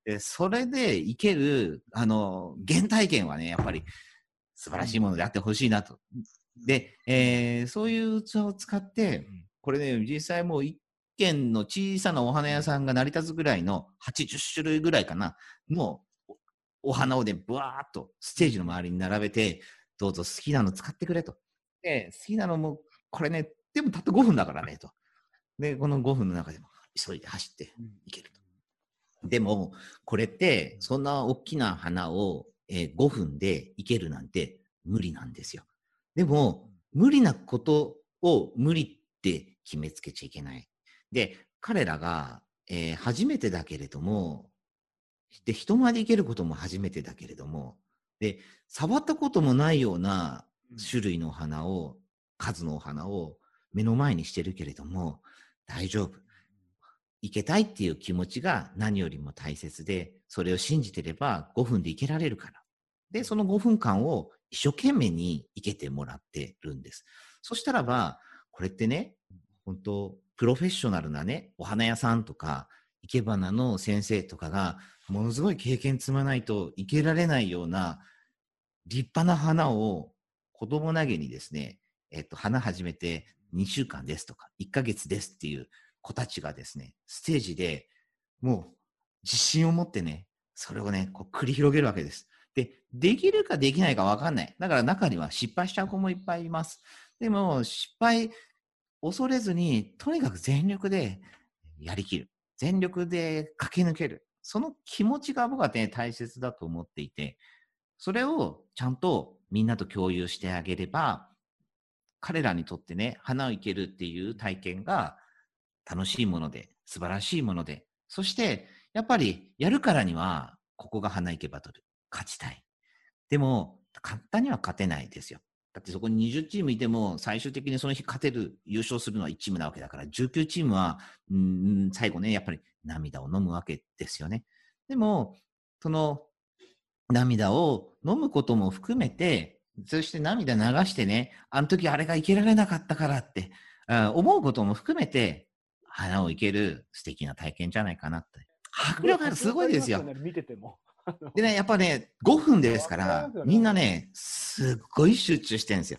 でそれで生ける、原体験はね、やっぱり素晴らしいものであってほしいなと。で、そういう器を使って、これね、実際もう一軒の小さなお花屋さんが成り立つぐらいの80種類ぐらいかな、のお花をね、ぶわーっとステージの周りに並べて、どうぞ好きなの使ってくれと。で、好きなのも、これね、でもたった5分だからね、と。で、この5分の中でも急いで走っていけると。でも、これって、そんな大きな花を、5分でいけるなんて無理なんですよ。でも、無理なことを無理って決めつけちゃいけない。で、彼らが、初めてだけれども、で、人前でいけることも初めてだけれども、で、触ったこともないような種類の花を、数のお花を目の前にしてるけれども、大丈夫。いけたいっていう気持ちが何よりも大切で、それを信じてれば5分でいけられるから。で、その5分間を一生懸命に生けてもらってるんです。そしたらば、これってね、本当プロフェッショナルなね、お花屋さんとか、生け花の先生とかが、ものすごい経験積まないと生けられないような立派な花を子供投げにですね、花始めて2週間ですとか、1ヶ月ですっていう子たちがですね、ステージでもう自信を持ってね、それをね、こう繰り広げるわけです。で、できるかできないかわかんない。だから中には失敗しちゃう子もいっぱいいます。でも、失敗恐れずに、とにかく全力でやりきる。全力で駆け抜ける。その気持ちが僕はね、大切だと思っていて、それをちゃんとみんなと共有してあげれば、彼らにとってね、花を生けるっていう体験が楽しいもので、素晴らしいもので、そして、やっぱりやるからには、ここが花いけバトル。勝ちたい。でも、簡単には勝てないですよ。だってそこに20チームいても、最終的にその日勝てる、優勝するのは1チームなわけだから、19チームは、最後ね、やっぱり涙を飲むわけですよね。でも、その涙を飲むことも含めて、そして涙流してね、あの時あれがいけられなかったからって、思うことも含めて、花を生ける素敵な体験じゃないかなって。迫力ある、すごいですよ。 見てても。 でね、やっぱね、5分ですかわかりまら、 すよねみんなね、すっごい集中してるんですよ。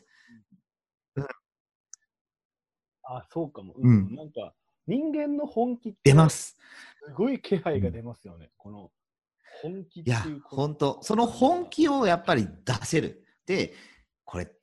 あ、そうかも。 うんなんか、人間の本気って、 出ます。 すごい気配が出ますよね。この本気っいやていう、 本当その本気をやっぱり出せる。で、これって、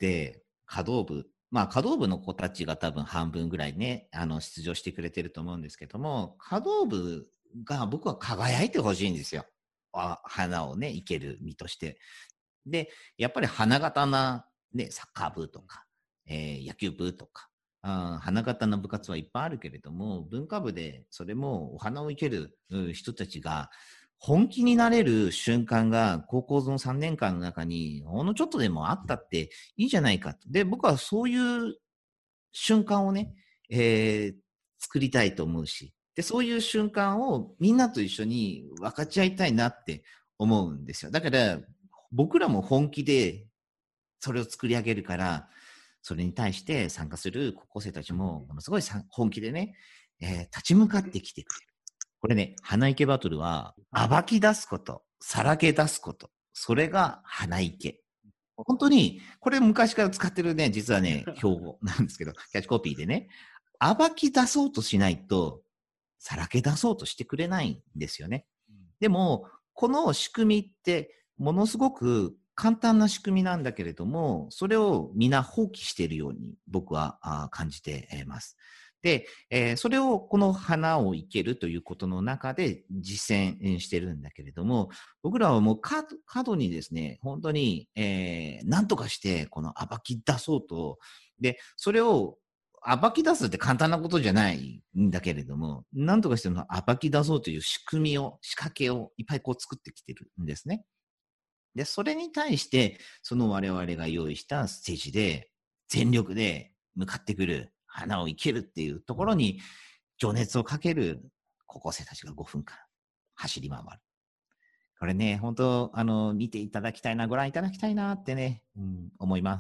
華道部、まあ、華道部の子たちが多分半分ぐらいね、出場してくれてると思うんですけども、華道部が僕は輝いてほしいんですよ。花をね、生ける身として。で、やっぱり花形な、ね、サッカー部とか、野球部とか、花形の部活はいっぱいあるけれども、文化部でそれもお花を生ける人たちが本気になれる瞬間が高校の3年間の中にほんのちょっとでもあったっていいじゃないかと。で、僕はそういう瞬間をね、作りたいと思うし、で、そういう瞬間をみんなと一緒に分かち合いたいなって思うんですよ。だから、僕らも本気でそれを作り上げるから、それに対して参加する高校生たちもものすごい本気でね、立ち向かってきてくれる。これね、花いけバトルは、暴き出すこと、さらけ出すこと、それが花いけ。本当に、これ昔から使ってるね、実はね、標語なんですけど、キャッチコピーでね、暴き出そうとしないと、さらけ出そうとしてくれないんですよね。でも、この仕組みって、ものすごく簡単な仕組みなんだけれども、それを皆放棄しているように僕は感じています。で、それをこの花を生けるということの中で実践してるんだけれども、僕らはもう過度にですね、本当に、何とかしてこの暴き出そうと、で、それを暴き出すって簡単なことじゃないんだけれども、何とかして暴き出そうという仕組みを、仕掛けをいっぱいこう作ってきてるんですね。で、それに対して、その我々が用意したステージで全力で向かってくる、花を生けるっていうところに情熱をかける高校生たちが5分間走り回る。これね、本当見ていただきたいな、ご覧いただきたいなってね、思います。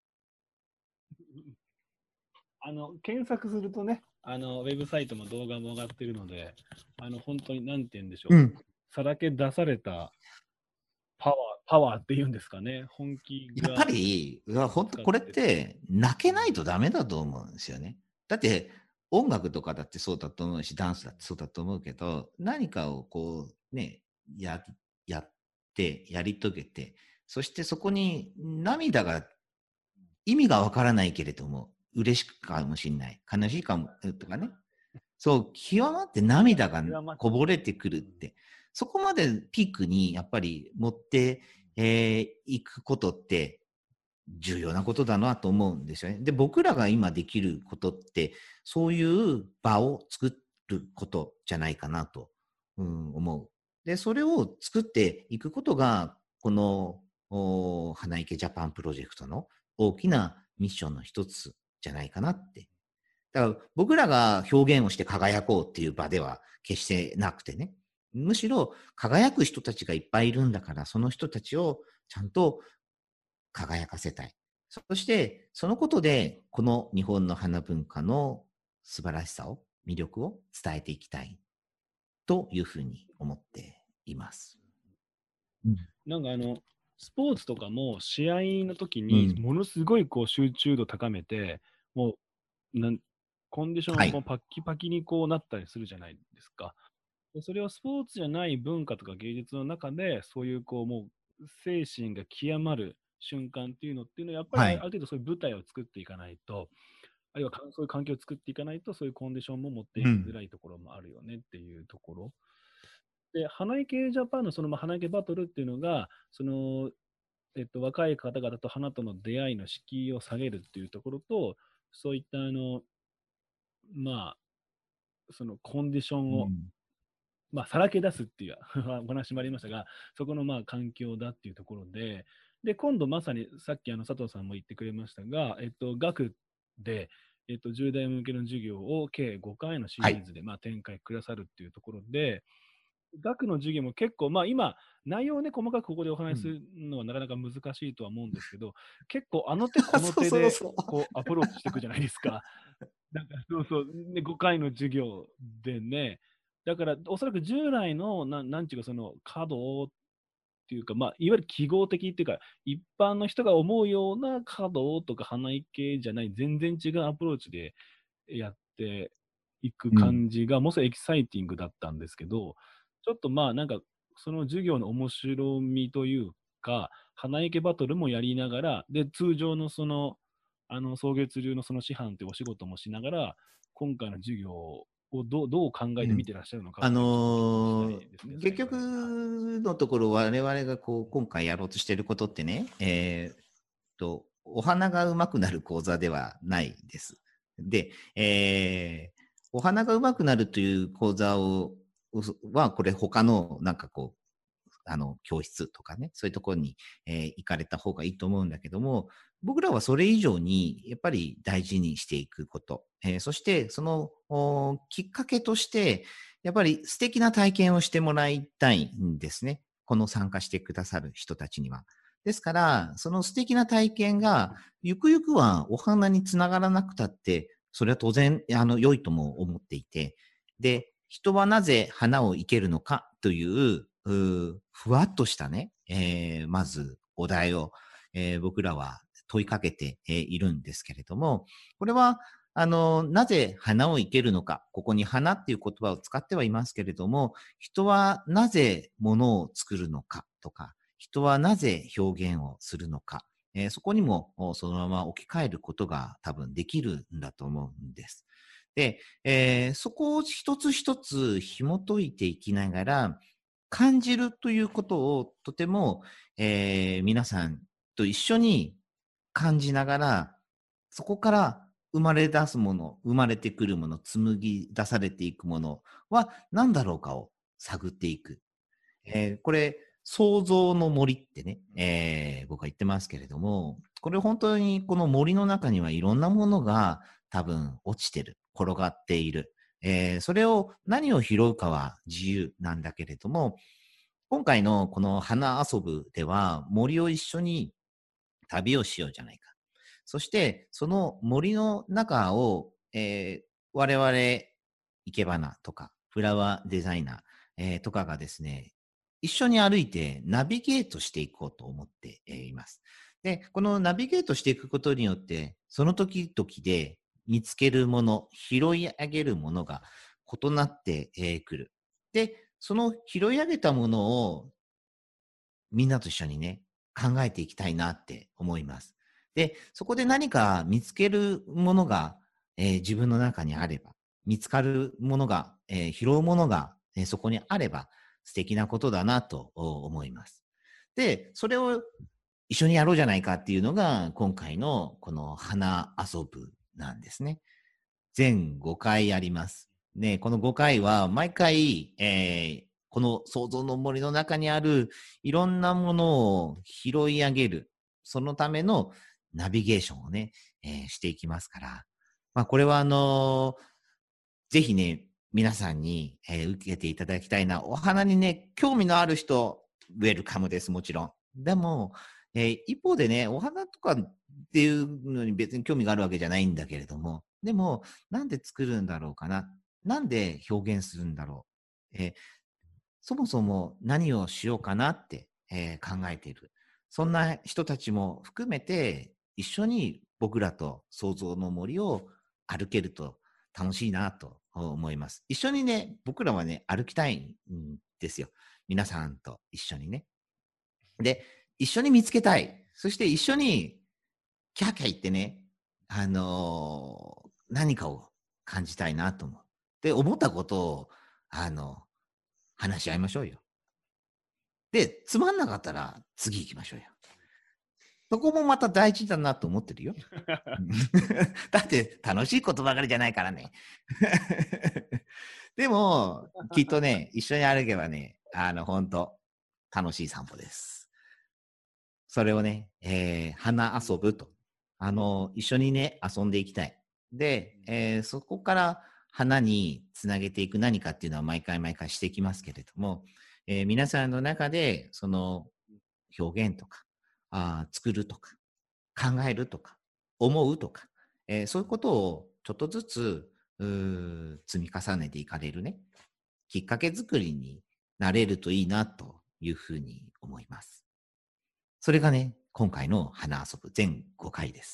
検索するとね、ウェブサイトも動画も上がってるので、本当に何て言うんでしょう、 さらけ出されたパワーっていうんですかね、本気が。 やっぱり、本当これって泣けないとダメだと思うんですよね。だって音楽とかだってそうだと思うし、ダンスだってそうだと思うけど、何かをこうね、やって、やり遂げて、そしてそこに涙が意味がわからないけれども、嬉しくかもしれない、悲しいかもとかね。そう、極まって涙がこぼれてくるって、そこまでピークにやっぱり持っていくことって重要なことだなと思うんですよね。で、僕らが今できることって、そういう場を作ることじゃないかなと、思う。で、それを作っていくことが、この花池ジャパンプロジェクトの大きなミッションの一つじゃないかなって。だから僕らが表現をして輝こうっていう場では決してなくてね。むしろ輝く人たちがいっぱいいるんだから、その人たちをちゃんと輝かせたい。そして、そのことで、この日本の花文化の素晴らしさを、魅力を伝えていきたいというふうに思っています。 なんかスポーツとかも試合の時にものすごいこう集中度高めて、もうコンディションもパッキパキにこうなったりするじゃないですか。でそれをスポーツじゃない文化とか芸術の中で、そういうこうもう精神が極まる瞬間っていうのは、やっぱりある程度そういう舞台を作っていかないと、あるいはそういう環境を作っていかないと、そういうコンディションも持っていきづらいところもあるよねっていうところ。で、花池ジャパンのその花池バトルっていうのが、その、若い方々と花との出会いの敷居を下げるっていうところと、そういったまあ、そのコンディションを、さらけ出すっていうお話もありましたが、そこの環境だっていうところで、で、今度まさにさっき佐藤さんも言ってくれましたが、学で、10代向けの授業を計5回のシリーズで、展開くださるっていうところで、学の授業も結構、今、内容をね、細かくここでお話しするのはなかなか難しいとは思うんですけど、結構あの手この手でこうアプローチしていくじゃないですか。なんかそうそう、ね、5回の授業でね、だからおそらく従来のなんていうかその稼働っていうか、いわゆる記号的っていうか、一般の人が思うような稼働とか花井系じゃない、全然違うアプローチでやっていく感じが、ものすごいエキサイティングだったんですけど、ちょっとなんか、その授業の面白みというか、花池バトルもやりながら、で、通常のその、草月流のその師範ってお仕事もしながら、今回の授業をどう考えて見てらっしゃるのかっていうのを聞きたいですね。 結局のところ、我々がこう今回やろうとしていることってね、お花が上手くなる講座ではないです。で、お花が上手くなるという講座は、これ他のなんかこう、教室とかね、そういうところに、行かれた方がいいと思うんだけども、僕らはそれ以上にやっぱり大事にしていくこと。そしてそのきっかけとして、やっぱり素敵な体験をしてもらいたいんですね。この参加してくださる人たちには。ですから、その素敵な体験が、ゆくゆくはお花につながらなくたって、それは当然、良いとも思っていて、で、人はなぜ花を生けるのかという、ふわっとしたね、まずお題を、僕らは問いかけているんですけれども、これは、なぜ花を生けるのか、ここに花っていう言葉を使ってはいますけれども、人はなぜ物を作るのかとか、人はなぜ表現をするのか、そこにもそのまま置き換えることが多分できるんだと思うんです。で、そこを一つ一つ紐解いていきながら、感じるということをとても、皆さんと一緒に感じながら、そこから生まれ出すもの、生まれてくるもの、紡ぎ出されていくものは何だろうかを探っていく。これ、創造の森ってね、僕は言ってますけれども、これ本当にこの森の中にはいろんなものが多分落ちてる、転がっている。それを何を拾うかは自由なんだけれども、今回のこの花遊ぶでは森を一緒に旅をしようじゃないか。そして、その森の中を、我々、生け花とか、フラワーデザイナー、とかがですね、 一緒に歩いてナビゲートしていこうと思っています。で、このナビゲートしていくことによって、その時々で見つけるもの、拾い上げるものが異なってくる。で、その拾い上げたものをみんなと一緒にね、考えていきたいなって思います。で、そこで何か見つけるものが、自分の中にあれば、見つかるものが、拾うものが、そこにあれば素敵なことだなと思います。で、それを一緒にやろうじゃないかっていうのが、今回のこの花遊ぶなんですね。全5回あります。ね、この5回は毎回、この創造の森の中にあるいろんなものを拾い上げる、そのためのナビゲーションをね、していきますから、まあ、これはぜひね、皆さんに、受けていただきたいな。お花にね、興味のある人、ウェルカムです、もちろん。でも、一方でね、お花とかっていうのに別に興味があるわけじゃないんだけれども、でも、なんで作るんだろうかな。なんで表現するんだろう。そもそも何をしようかなって、考えている。そんな人たちも含めて、一緒に僕らと創造の森を歩けると楽しいなと思います。一緒にね、僕らはね、歩きたいんですよ。皆さんと一緒にね。で、一緒に見つけたい。そして一緒にキャーキャー言ってね、何かを感じたいなと思う。で、思ったことを、話し合いましょうよ。で、つまんなかったら次行きましょうよ。そこもまた大事だなと思ってるよ。だって楽しいことばかりじゃないからね。でも、きっとね、一緒に歩けばね、本当楽しい散歩です。それをね、花遊ぶと。一緒にね、遊んでいきたい。で、そこから花につなげていく何かっていうのは毎回毎回していきますけれども、皆さんの中でその表現とか、作るとか、考えるとか、思うとか、そういうことをちょっとずつ積み重ねていかれるね、きっかけ作りになれるといいなというふうに思います。それがね、今回の花遊ぶ全5回です。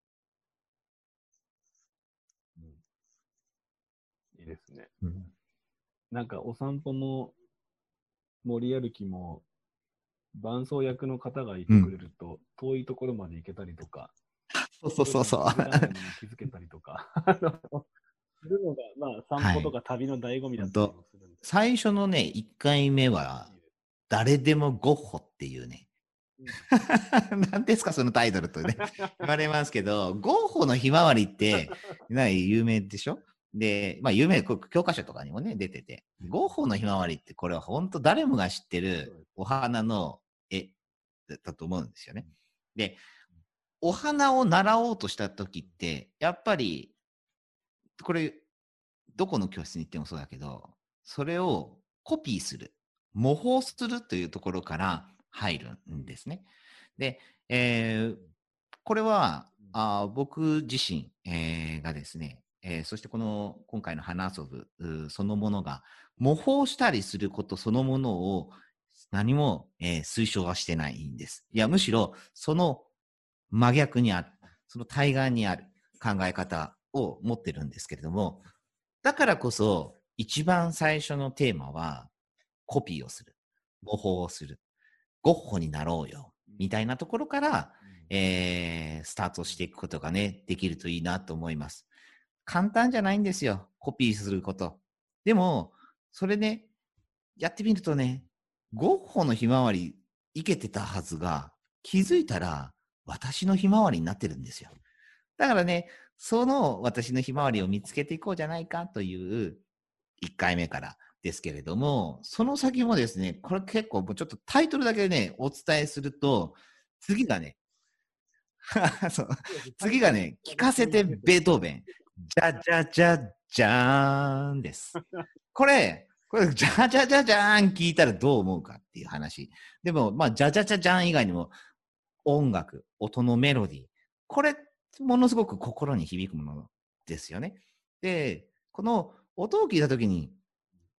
いいですね。 うん、 なんかお散歩も森歩きも伴走役の方がいてくれると、遠いところまで行けたりとか、 そうそうそう。 気づかないものに気づけたりとか、するのが、まあ、散歩とか旅の醍醐味だったりもするんで。 最初のね、1回目は、誰でもゴッホっていうね、何ですかそのタイトルとね言われますけど、ゴッホのひまわりって有名でしょ。で、まあ有名、教科書とかにもね出てて、ゴッホのひまわりってこれは本当誰もが知ってるお花の絵だと思うんですよね。で、お花を習おうとした時ってやっぱりこれどこの教室に行ってもそうだけど、それをコピーする、模倣するというところから入るんですね。で、これは僕自身、がですね、そしてこの今回の花遊ぶそのものが模倣したりすることそのものを何も、推奨はしてないんです。いや、むしろその真逆にある、その対岸にある考え方を持ってるんですけれども、だからこそ一番最初のテーマはコピーをする、模倣をする、ゴッホになろうよみたいなところから、スタートしていくことがねできるといいなと思います。簡単じゃないんですよ、コピーすること。でもそれねやってみるとね、ゴッホのひまわりいけてたはずが気づいたら私のひまわりになってるんですよ。だからね、その私のひまわりを見つけていこうじゃないかという1回目からですけれども、その先もですね、これ結構もうちょっとタイトルだけね、お伝えすると、次がね、そう次がね、聞かせてベートーベン。じゃじゃじゃじゃーんです。これ、じゃじゃじゃじゃーん聞いたらどう思うかっていう話。でも、まあ、じゃじゃじゃじゃーん以外にも、音楽、音のメロディー。これ、ものすごく心に響くものですよね。で、この音を聞いたときに、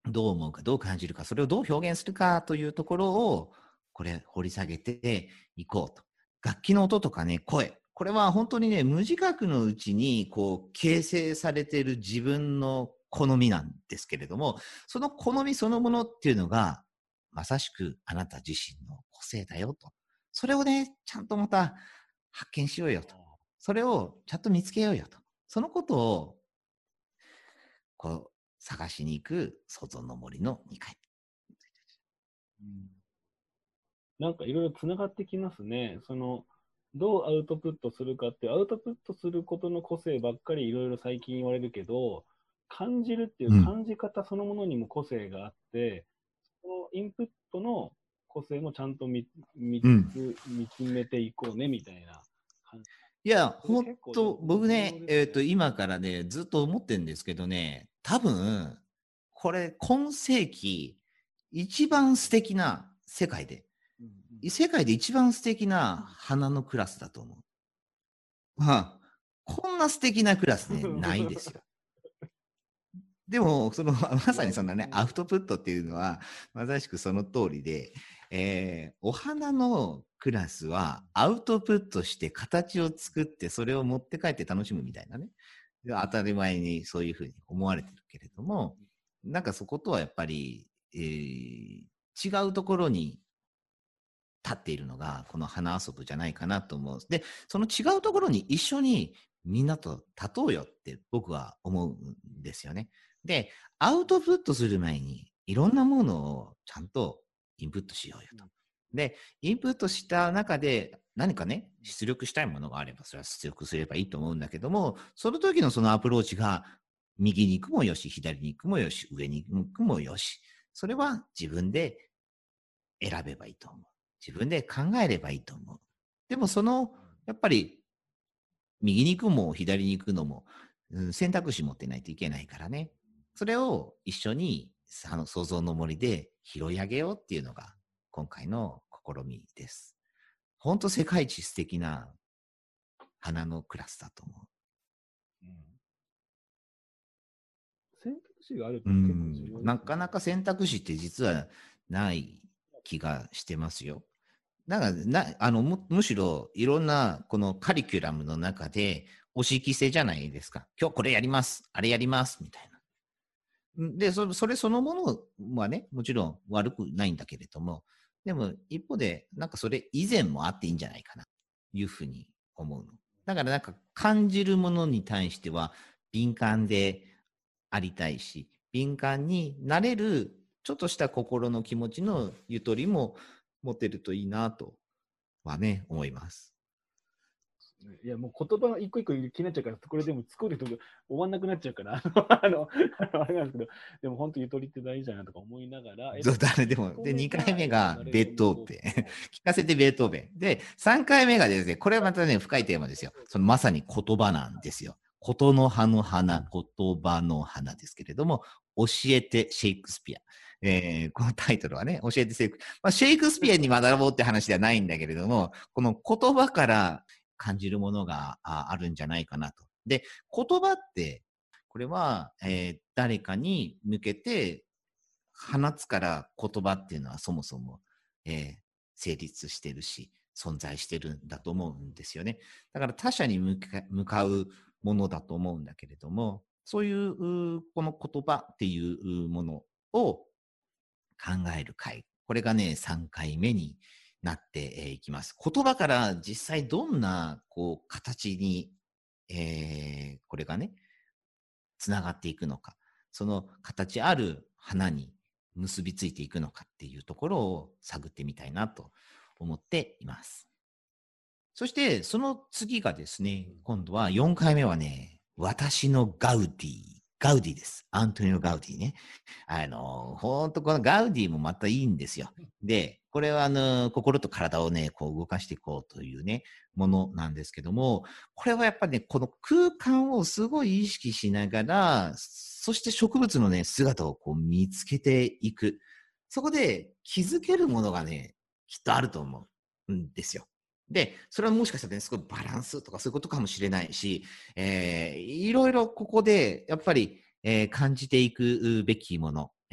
どう思うか、どう感じるか、それをどう表現するかというところを、これ掘り下げていこうと。楽器の音とかね、声。これは本当にね、無自覚のうちに、こう、形成されている自分の好みなんですけれども、その好みそのものっていうのが、まさしくあなた自身の個性だよと。それをね、ちゃんとまた発見しようよと。それをちゃんと見つけようよと。そのことを、こう、探しに行く想像の森の2回。 なんかいろいろつながってきますね。どうアウトプットするかって、アウトプットすることの個性ばっかりいろいろ最近言われるけど、感じるっていう感じ方そのものにも個性があって、そのインプットの個性もちゃんと見つめていこうねみたいな感じ。 いや、ほんと、僕ね、今からね、ずっと思ってるんですけどね、多分、これ、今世紀、一番素敵な世界で、世界で一番素敵な花のクラスだと思う。こんな素敵なクラスね、ないですよ。でも、まさにそんなね、アウトプットっていうのは、まさしくその通りで、お花のクラスはアウトプットして形を作ってそれを持って帰って楽しむみたいなね。当たり前にそういうふうに思われてるけれども、なんかそことはやっぱり、違うところに立っているのがこの花遊ぶじゃないかなと思う。で、その違うところに一緒にみんなと立とうよって僕は思うんですよね。で、アウトプットする前にいろんなものをちゃんとインプットしようよと。で、インプットした中で何かね、出力したいものがあれば、それは出力すればいいと思うんだけども、その時のそのアプローチが右に行くもよし、左に行くもよし、上に行くもよし、それは自分で選べばいいと思う。自分で考えればいいと思う。でもやっぱり、右に行くも左に行くのも、選択肢持ってないといけないからね。それを一緒に、想像の森で拾い上げようっていうのが、今回の試みです。本当世界一素敵な花のクラスだと思う。 選択肢があるって結構重要ですね。 なかなか選択肢って実はない気がしてますよ。だからむしろいろんなこのカリキュラムの中で押し着せじゃないですか。今日これやります、あれやります、みたいな。で、それそのものはね、もちろん悪くないんだけれども、でも一方で、なんかそれ以前もあっていいんじゃないかな、というふうに思うの。だからなんか感じるものに対しては敏感でありたいし、敏感になれるちょっとした心の気持ちのゆとりも持てるといいなとはね、思います。 いや、もう言葉が一個一個気になっちゃうから、これでも作ると終わんなくなっちゃうから、あれなんですけど、でも本当ゆとりって大事だなとか思いながら。 誰でも。で、2回目がベートーベン。聞かせてベートーベン。で、3回目がですね、これはまたね、深いテーマですよ。まさに言葉なんですよ。ことの葉の花、言葉の花ですけれども、教えてシェイクスピア。このタイトルはね、教えてシェイクスピアに学ぼうって話ではないんだけれども、この言葉から感じるものがあるんじゃないかなと。で、言葉って、これは、誰かに向けて放つから言葉っていうのはそもそも、成立してるし、存在してるんだと思うんですよね。だから他者に向かうものだと思うんだけれども、そういうこの言葉っていうものを考える会。これがね、3回目になっていきます。言葉から実際どんなこう形に、これがね、つながっていくのか。その形ある花に結びついていくのかっていうところを探ってみたいなと思っています。そしてその次がですね、今度は4回目はね、私のガウディです。アントニオ・ガウディね。ほんとこのガウディもまたいいんですよ。で、これは心と体をね、こう動かしていこうというね、ものなんですけども、これはやっぱりね、この空間をすごい意識しながら、そして植物のね、姿をこう見つけていく。そこで気づけるものがね、きっとあると思うんですよ。で、それはもしかしたらね、すごいバランスとかそういうことかもしれないし、いろいろここでやっぱり、感じていくべきもの、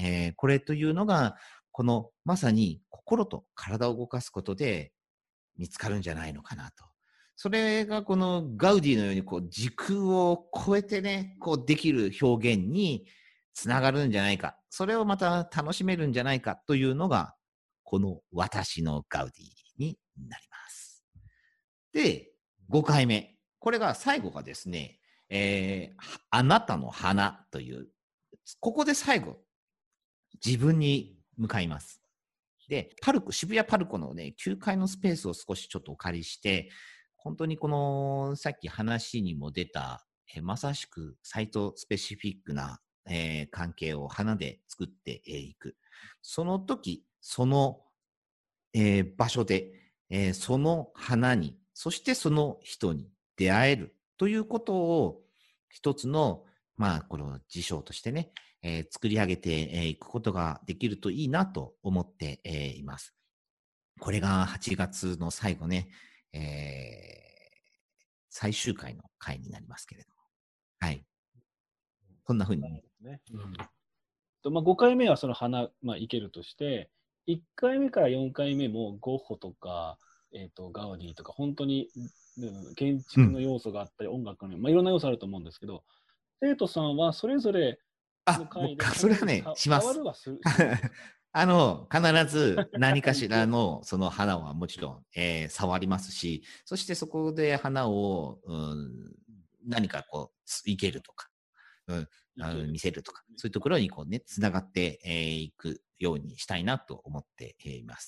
これというのが、このまさに心と体を動かすことで見つかるんじゃないのかなと。それがこのガウディのようにこう時空を超えてね、こうできる表現につながるんじゃないか。それをまた楽しめるんじゃないかというのが、この私のガウディになります。で、5回目。これが最後がですね、あなたの花という、ここで最後、自分に向かいます。で、渋谷パルコのね、9階のスペースを少しちょっとお借りして、本当にこの、さっき話にも出た、まさしくサイトスペシフィックな、関係を花で作っていく。その時、その、場所で、その花に、そしてその人に出会えるということを、一つの、まあ、この事象としてね、作り上げていくことができるといいなと思っています。これが8月の最後ね、最終回の回になりますけれども。はい。こんな風に。 ね。まあ、5回目はその花、まあ、生けるとして、1回目から4回目もゴッホとか、ガウディとか、本当に、建築の要素があったり、音楽の、まあ、いろんな要素あると思うんですけど、生徒さんはそれぞれの回で、 それはね、します。必ず何かしらのその花はもちろん、触りますし、そしてそこで花を、何かこう、生けるとか、見せるとか、そういうところにこうね、つながっていくようにしたいなと思っています。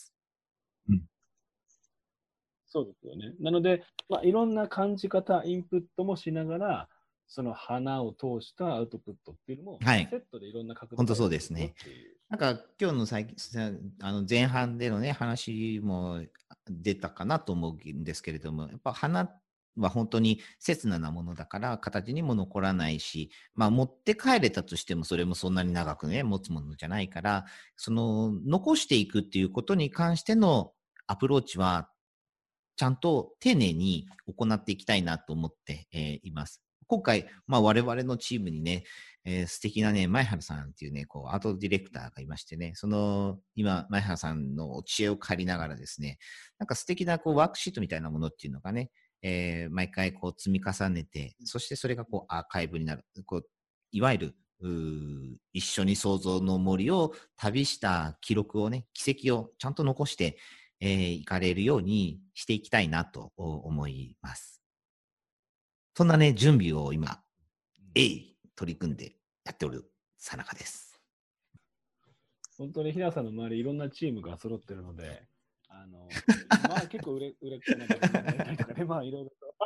そうですよね。なので、まあ、いろんな感じ方、インプットもしながら、その花を通したアウトプットっていうのも、 はい、 セットでいろんな角度本当そうですね。なんか今日の前半でのね、話も出たかなと思うんですけれども、やっぱ花は本当に刹那なものだから形にも残らないし、まあ持って帰れたとしてもそれもそんなに長くね、持つものじゃないから、その残していくっていうことに関してのアプローチはちゃんと丁寧に行っていきたいなと思っています。今回、まあ、我々のチームにね、素敵なね、前原さんっていうね、こう、アートディレクターがいましてね、今、前原さんの知恵を借りながらですね、なんか素敵なこうワークシートみたいなものっていうのがね、毎回こう積み重ねて、そしてそれがこうアーカイブになる。こういわゆる、一緒に創造の森を旅した記録をね、軌跡をちゃんと残して、行かれるようにしていきたいなと思います。そんなね、準備を今、取り組んでやっておるさなかです。 本当に平さんの周りいろんなチームが揃ってるので、まあ結構売れっ子な方がいたりとかね、まあいろいろと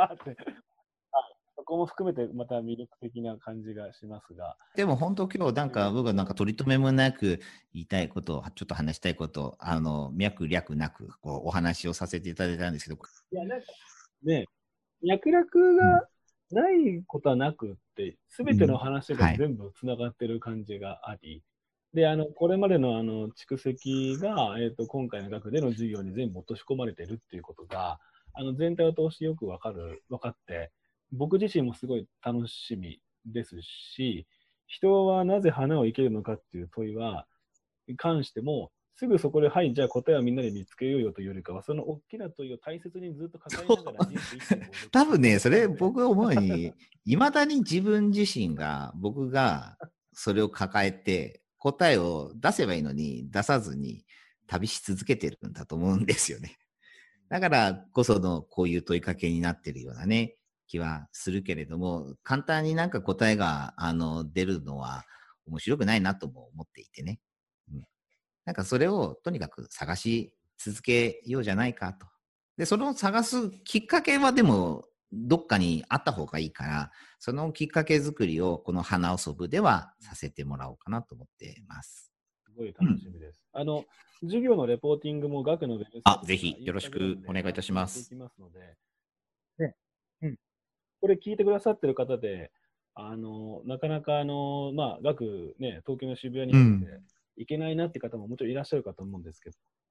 そこも含めてまた魅力的な感じがしますが。 でも本当今日なんか僕はなんか取り留めもなく言いたいことを、ちょっと話したいことを、脈略なくこうお話をさせていただいたんですけど。 いや、なんかね、脈絡がないことはなくって、すべての話が全部つながってる感じがあり、で、これまでの蓄積が、今回の学での授業に全部落とし込まれてるっていうことが、全体を通してよく分かって、僕自身もすごい楽しみですし、人はなぜ花を生けるのかっていう問いは、関しても、すぐそこで、はい、じゃあ答えはみんなで見つけようよというよりかは、その大きな問いを大切にずっと抱えながら人生生きていく。 多分ね、それ僕が思うに、いまだに自分自身が、僕がそれを抱えて、答えを出せばいいのに、出さずに旅し続けてるんだと思うんですよね。だからこそのこういう問いかけになってるようなね、気はするけれども、簡単になんか答えが出るのは面白くないなとも思っていてね。なんかそれをとにかく探し続けようじゃないかと。で、その探すきっかけはでもどっかにあった方がいいから、そのきっかけ作りをこの花遊ぶではさせてもらおうかなと思っています。 すごい楽しみです。授業のレポーティングも学のウェブサイト、 ぜひよろしくお願いいたします。 ね、これ聞いてくださってる方で、なかなかまあ、学ね、東京の渋谷に入って行けないなって方ももちろんいらっしゃるかと思うんですけど、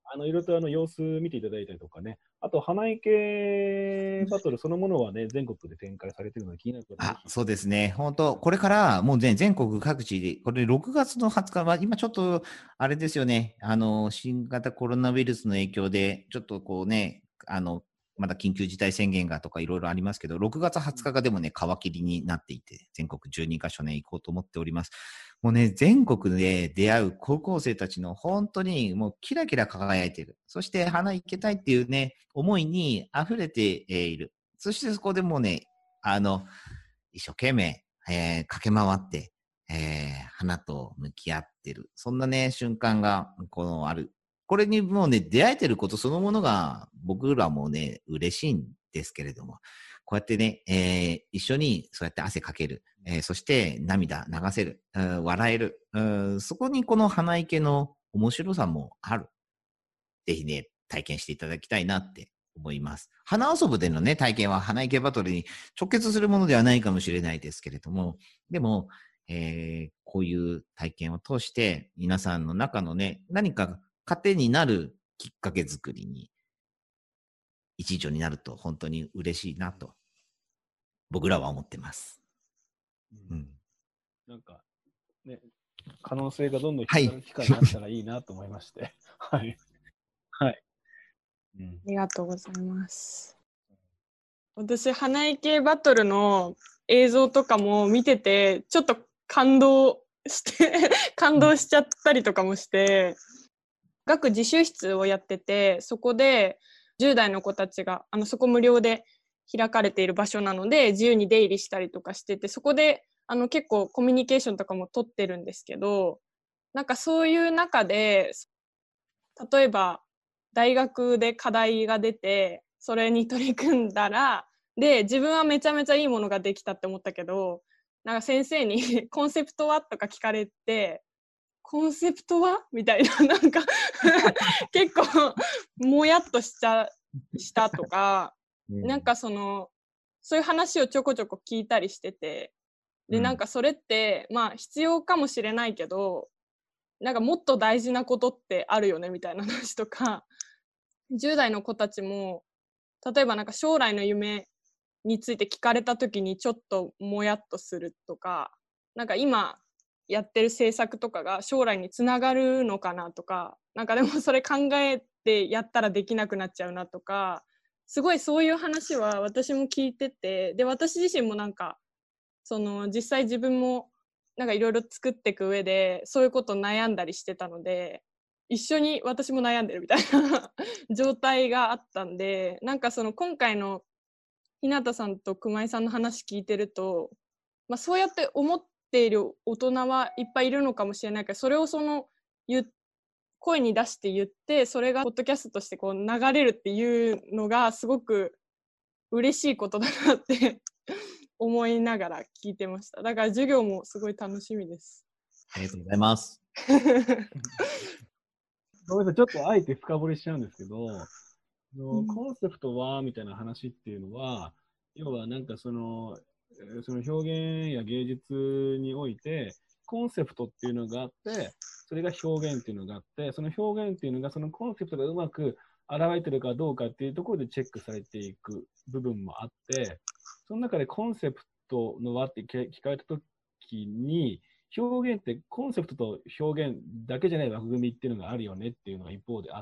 いろいろと様子見ていただいたりとかね、あと、花いけバトルそのものはね、全国で展開されているので気になる方はぜひ。 そうですね。本当これからもう全国各地で、これ6月の20日は、今ちょっと、あれですよね、新型コロナウイルスの影響で、ちょっとこうね、まだ緊急事態宣言がとかいろいろありますけど、6月20日がでもね、皮切りになっていて、全国12カ所ね、行こうと思っております。もうね、全国で出会う高校生たちの本当にもうキラキラ輝いている。そして花行けたいっていうね、思いに溢れている。そしてそこでもうね、一生懸命、駆け回って、花と向き合ってる。そんなね、瞬間が、ある。これにもうね、出会えてることそのものが、僕らもね、嬉しいんですけれども、こうやってね、一緒にそうやって汗かける。そして涙流せる。笑える。そこにこの花池の面白さもある。ぜひね、体験していただきたいなって思います。花遊ぶでのね、体験は花池バトルに直結するものではないかもしれないですけれども、でも、こういう体験を通して、皆さんの中のね、何か糧になるきっかけ作りに、一助になると本当に嬉しいなと、僕らは思ってます。 なんか、ね、可能性がどんどん広がる機会になったらいいなと思いまして。はい。はい。 ありがとうございます。私、花池バトルの映像とかも見てて、ちょっと感動して感動しちゃったりとかもして、学自習室をやってて、そこで10代の子たちが、そこ無料で開かれている場所なので、自由に出入りしたりとかしてて、そこで結構コミュニケーションとかも取ってるんですけど、なんかそういう中で、例えば大学で課題が出て、それに取り組んだら、で、自分はめちゃめちゃいいものができたって思ったけど、なんか先生にコンセプトはとか聞かれて、コンセプトはみたいな、なんか結構もやっとしたとか、なんかそういう話をちょこちょこ聞いたりしてて、で、なんかそれって、まあ必要かもしれないけど、なんかもっと大事なことってあるよねみたいな話とか、10代の子たちも、例えばなんか将来の夢について聞かれた時にちょっともやっとするとか、なんか今やってる政策とかが将来につながるのかなとか、なんかでもそれ考えてやったらできなくなっちゃうなとか、すごいそういう話は私も聞いてて、で、私自身もなんか、実際自分もなんかいろいろ作っていく上で、そういうこと悩んだりしてたので、一緒に私も悩んでるみたいな状態があったんで、なんか今回の日向さんと熊井さんの話聞いてると、まあ、そうやって思っている大人はいっぱいいるのかもしれないけど、それを声に出して言って、それがポッドキャストとしてこう流れるっていうのがすごく嬉しいことだなって思いながら聞いてました。だから授業もすごい楽しみです。 ありがとうございます。 ごめんなさい、ちょっとあえて深掘りしちゃうんですけど、コンセプトはみたいな話っていうのは、要はなんかその表現や芸術において、コンセプトっていうのがあって、それが表現っていうのがあって、その表現っていうのが、そのコンセプトがうまく現れてるかどうかっていうところでチェックされていく部分もあって、その中でコンセプトの輪って聞かれたときに、表現ってコンセプトと表現だけじゃない枠組みっていうのがあるよねっていうのが一方であって、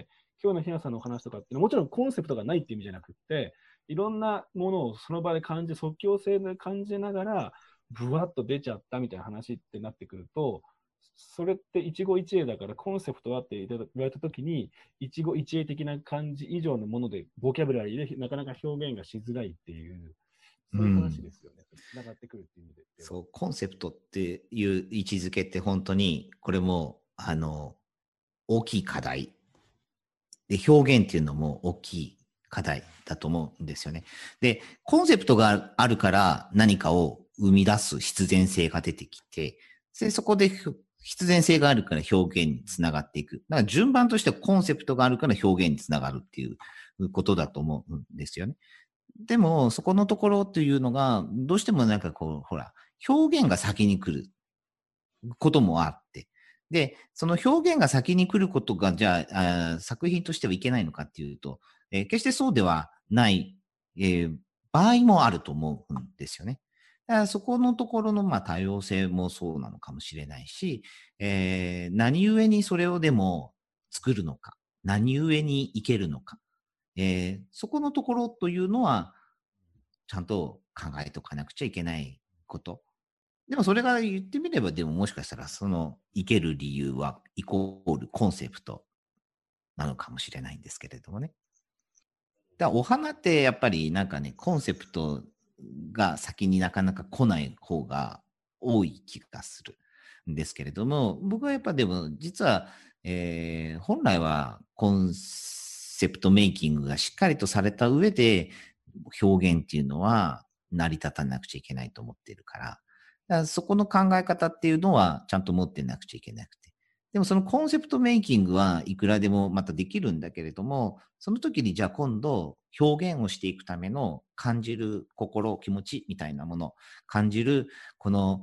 今日のひなさんのお話とかっていうのはもちろんコンセプトがないっていう意味じゃなくて、いろんなものをその場で感じ、即興性で感じながら、ぶわっと出ちゃったみたいな話ってなってくると、それって一期一会だからコンセプトはって言われたときに、一期一会的な感じ以上のもので、ボキャブラリーでなかなか表現がしづらいっていう、そういう話ですよね。つながってくるっていう意味で。 そう、コンセプトっていう位置づけって本当に、これも、大きい課題。で、表現っていうのも大きい課題だと思うんですよね。で、コンセプトがあるから何かを生み出す必然性が出てきて、でそこで必然性があるから表現につながっていく。だから順番としてはコンセプトがあるから表現につながるっていうことだと思うんですよね。でも、そこのところっていうのが、どうしてもなんかこう、ほら、表現が先に来ることもあって、 で、その表現が先に来ることが、じゃあ、作品としてはいけないのかっていうと、決してそうではない、場合もあると思うんですよね。だからそこのところの多様性もそうなのかもしれないし、何故にそれをでも作るのか、何故にいけるのか、そこのところというのは、ちゃんと考えておかなくちゃいけないこと。でもそれが言ってみれば、でももしかしたらその生ける理由はイコールコンセプトなのかもしれないんですけれどもね。だからお花ってやっぱりなんかね、コンセプトが先になかなか来ない方が多い気がするんですけれども、僕はやっぱでも実は、本来はコンセプトメイキングがしっかりとされた上で表現っていうのは成り立たなくちゃいけないと思っているから、だからそこの考え方っていうのはちゃんと持ってなくちゃいけなくて。でもそのコンセプトメイキングはいくらでもまたできるんだけれども、その時にじゃあ今度表現をしていくための感じる心、気持ちみたいなもの、感じるこの、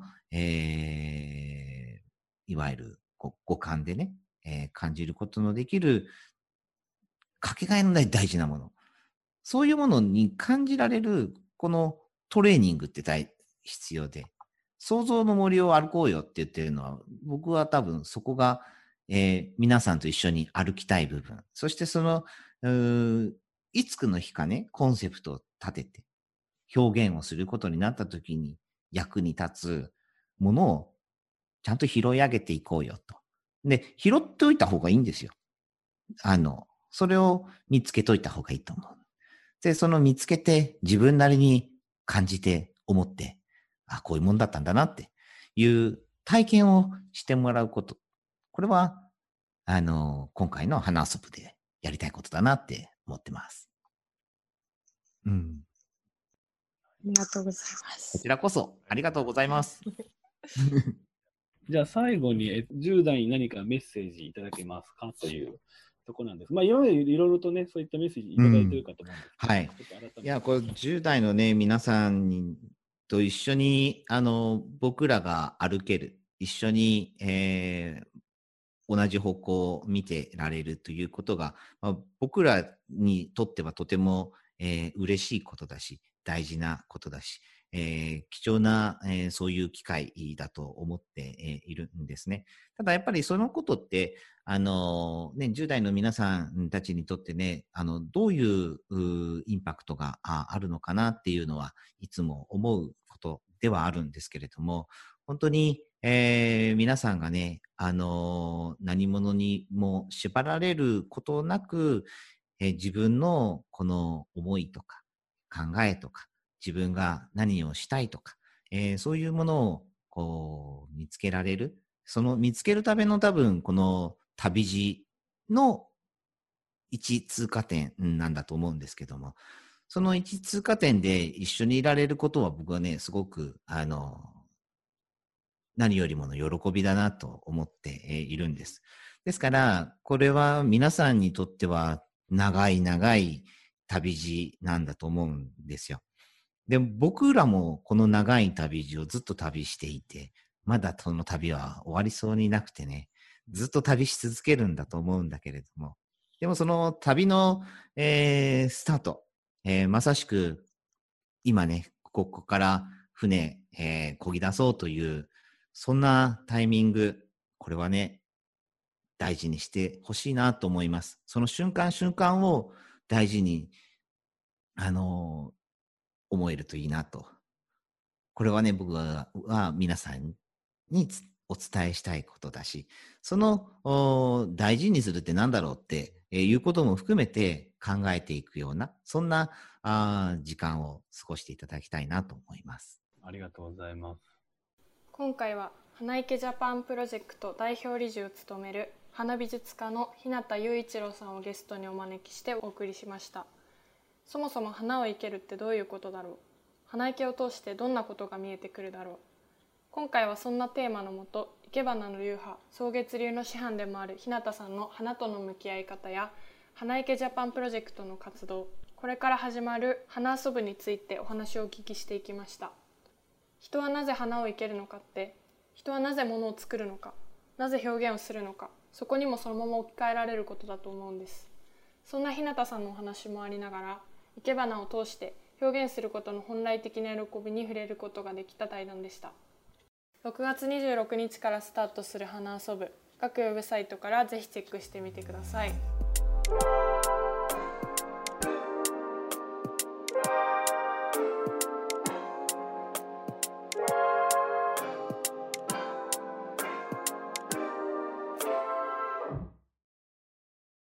いわゆる五感でね、感じることのできるかけがえのない大事なもの。そういうものに感じられるこのトレーニングって必要で、想像の森を歩こうよって言ってるのは、僕は多分そこが、皆さんと一緒に歩きたい部分。そしてその、いつくの日かね、コンセプトを立てて表現をすることになった時に役に立つものをちゃんと拾い上げていこうよと。で、拾っておいた方がいいんですよ。それを見つけといた方がいいと思う。で、その見つけて自分なりに感じて思って、あ、こういうもんだったんだなっていう体験をしてもらうこと。これは、今回の花遊ぶでやりたいことだなって思ってます。うん。 ありがとうございまこす。 ちらこそありがとうございます。 じゃあ最後に10代に何かメッセージいただけますかというところなんです。まあいろいろとね、そういったメッセージいただいてるかと思うんですけど、 はい。 ちょっと改めていや、これ10代のね、皆さんと一緒に、僕らが歩ける、一緒に、同じ方向を見てられるということが、僕らにとってはとても、嬉しいことだし、大事なことだし、貴重な、そういう機会だと思って、いるんですね。ただやっぱりそのことって、10代の皆さんたちにとってね、どういうインパクトがあるのかなっていうのはいつも思うことではあるんですけれども、本当に、皆さんがね、何者にも縛られることなく、自分のこの思いとか考えとか、自分が何をしたいとか、そういうものをこう見つけられる。その見つけるための多分この旅路の一通過点なんだと思うんですけども、その一通過点で一緒にいられることは僕はね、すごく、何よりもの喜びだなと思っているんです。ですから、これは皆さんにとっては長い長い旅路なんだと思うんですよ。で、僕らもこの長い旅路をずっと旅していて、まだその旅は終わりそうになくてね、ずっと旅し続けるんだと思うんだけれども、でもその旅の、スタート、まさしく今ね、ここから船、漕ぎ出そうという、そんなタイミング、これはね、大事にしてほしいなと思います。その瞬間瞬間を大事に、思えるといいなと。これはね、僕は皆さんにお伝えしたいことだし、その大事にするって何だろうっていうことも含めて考えていくような、そんな時間を過ごしていただきたいなと思います。 ありがとうございます。 今回は花いけジャパンプロジェクト代表理事を務める花美術家の日向雄一郎さんをゲストにお招きしてお送りしました。そもそも花を生けるってどういうことだろう、花いけを通してどんなことが見えてくるだろう。今回はそんなテーマのもと、いけばなの流派草月流の師範でもある日向さんの花との向き合い方や花いけジャパンプロジェクトの活動、これから始まる花遊ぶについてお話をお聞きしていきました。人はなぜ花を生けるのかって、人はなぜ物を作るのか、 なぜ表現をするのか、そこにもそのまま置き換えられることだと思うんです。そんな日向さんのお話もありながら、生け花を通して表現することの本来的な喜びに触れることができた対談でした。6月26日からスタートする花遊ぶ、各ウェブサイトからぜひチェックしてみてください。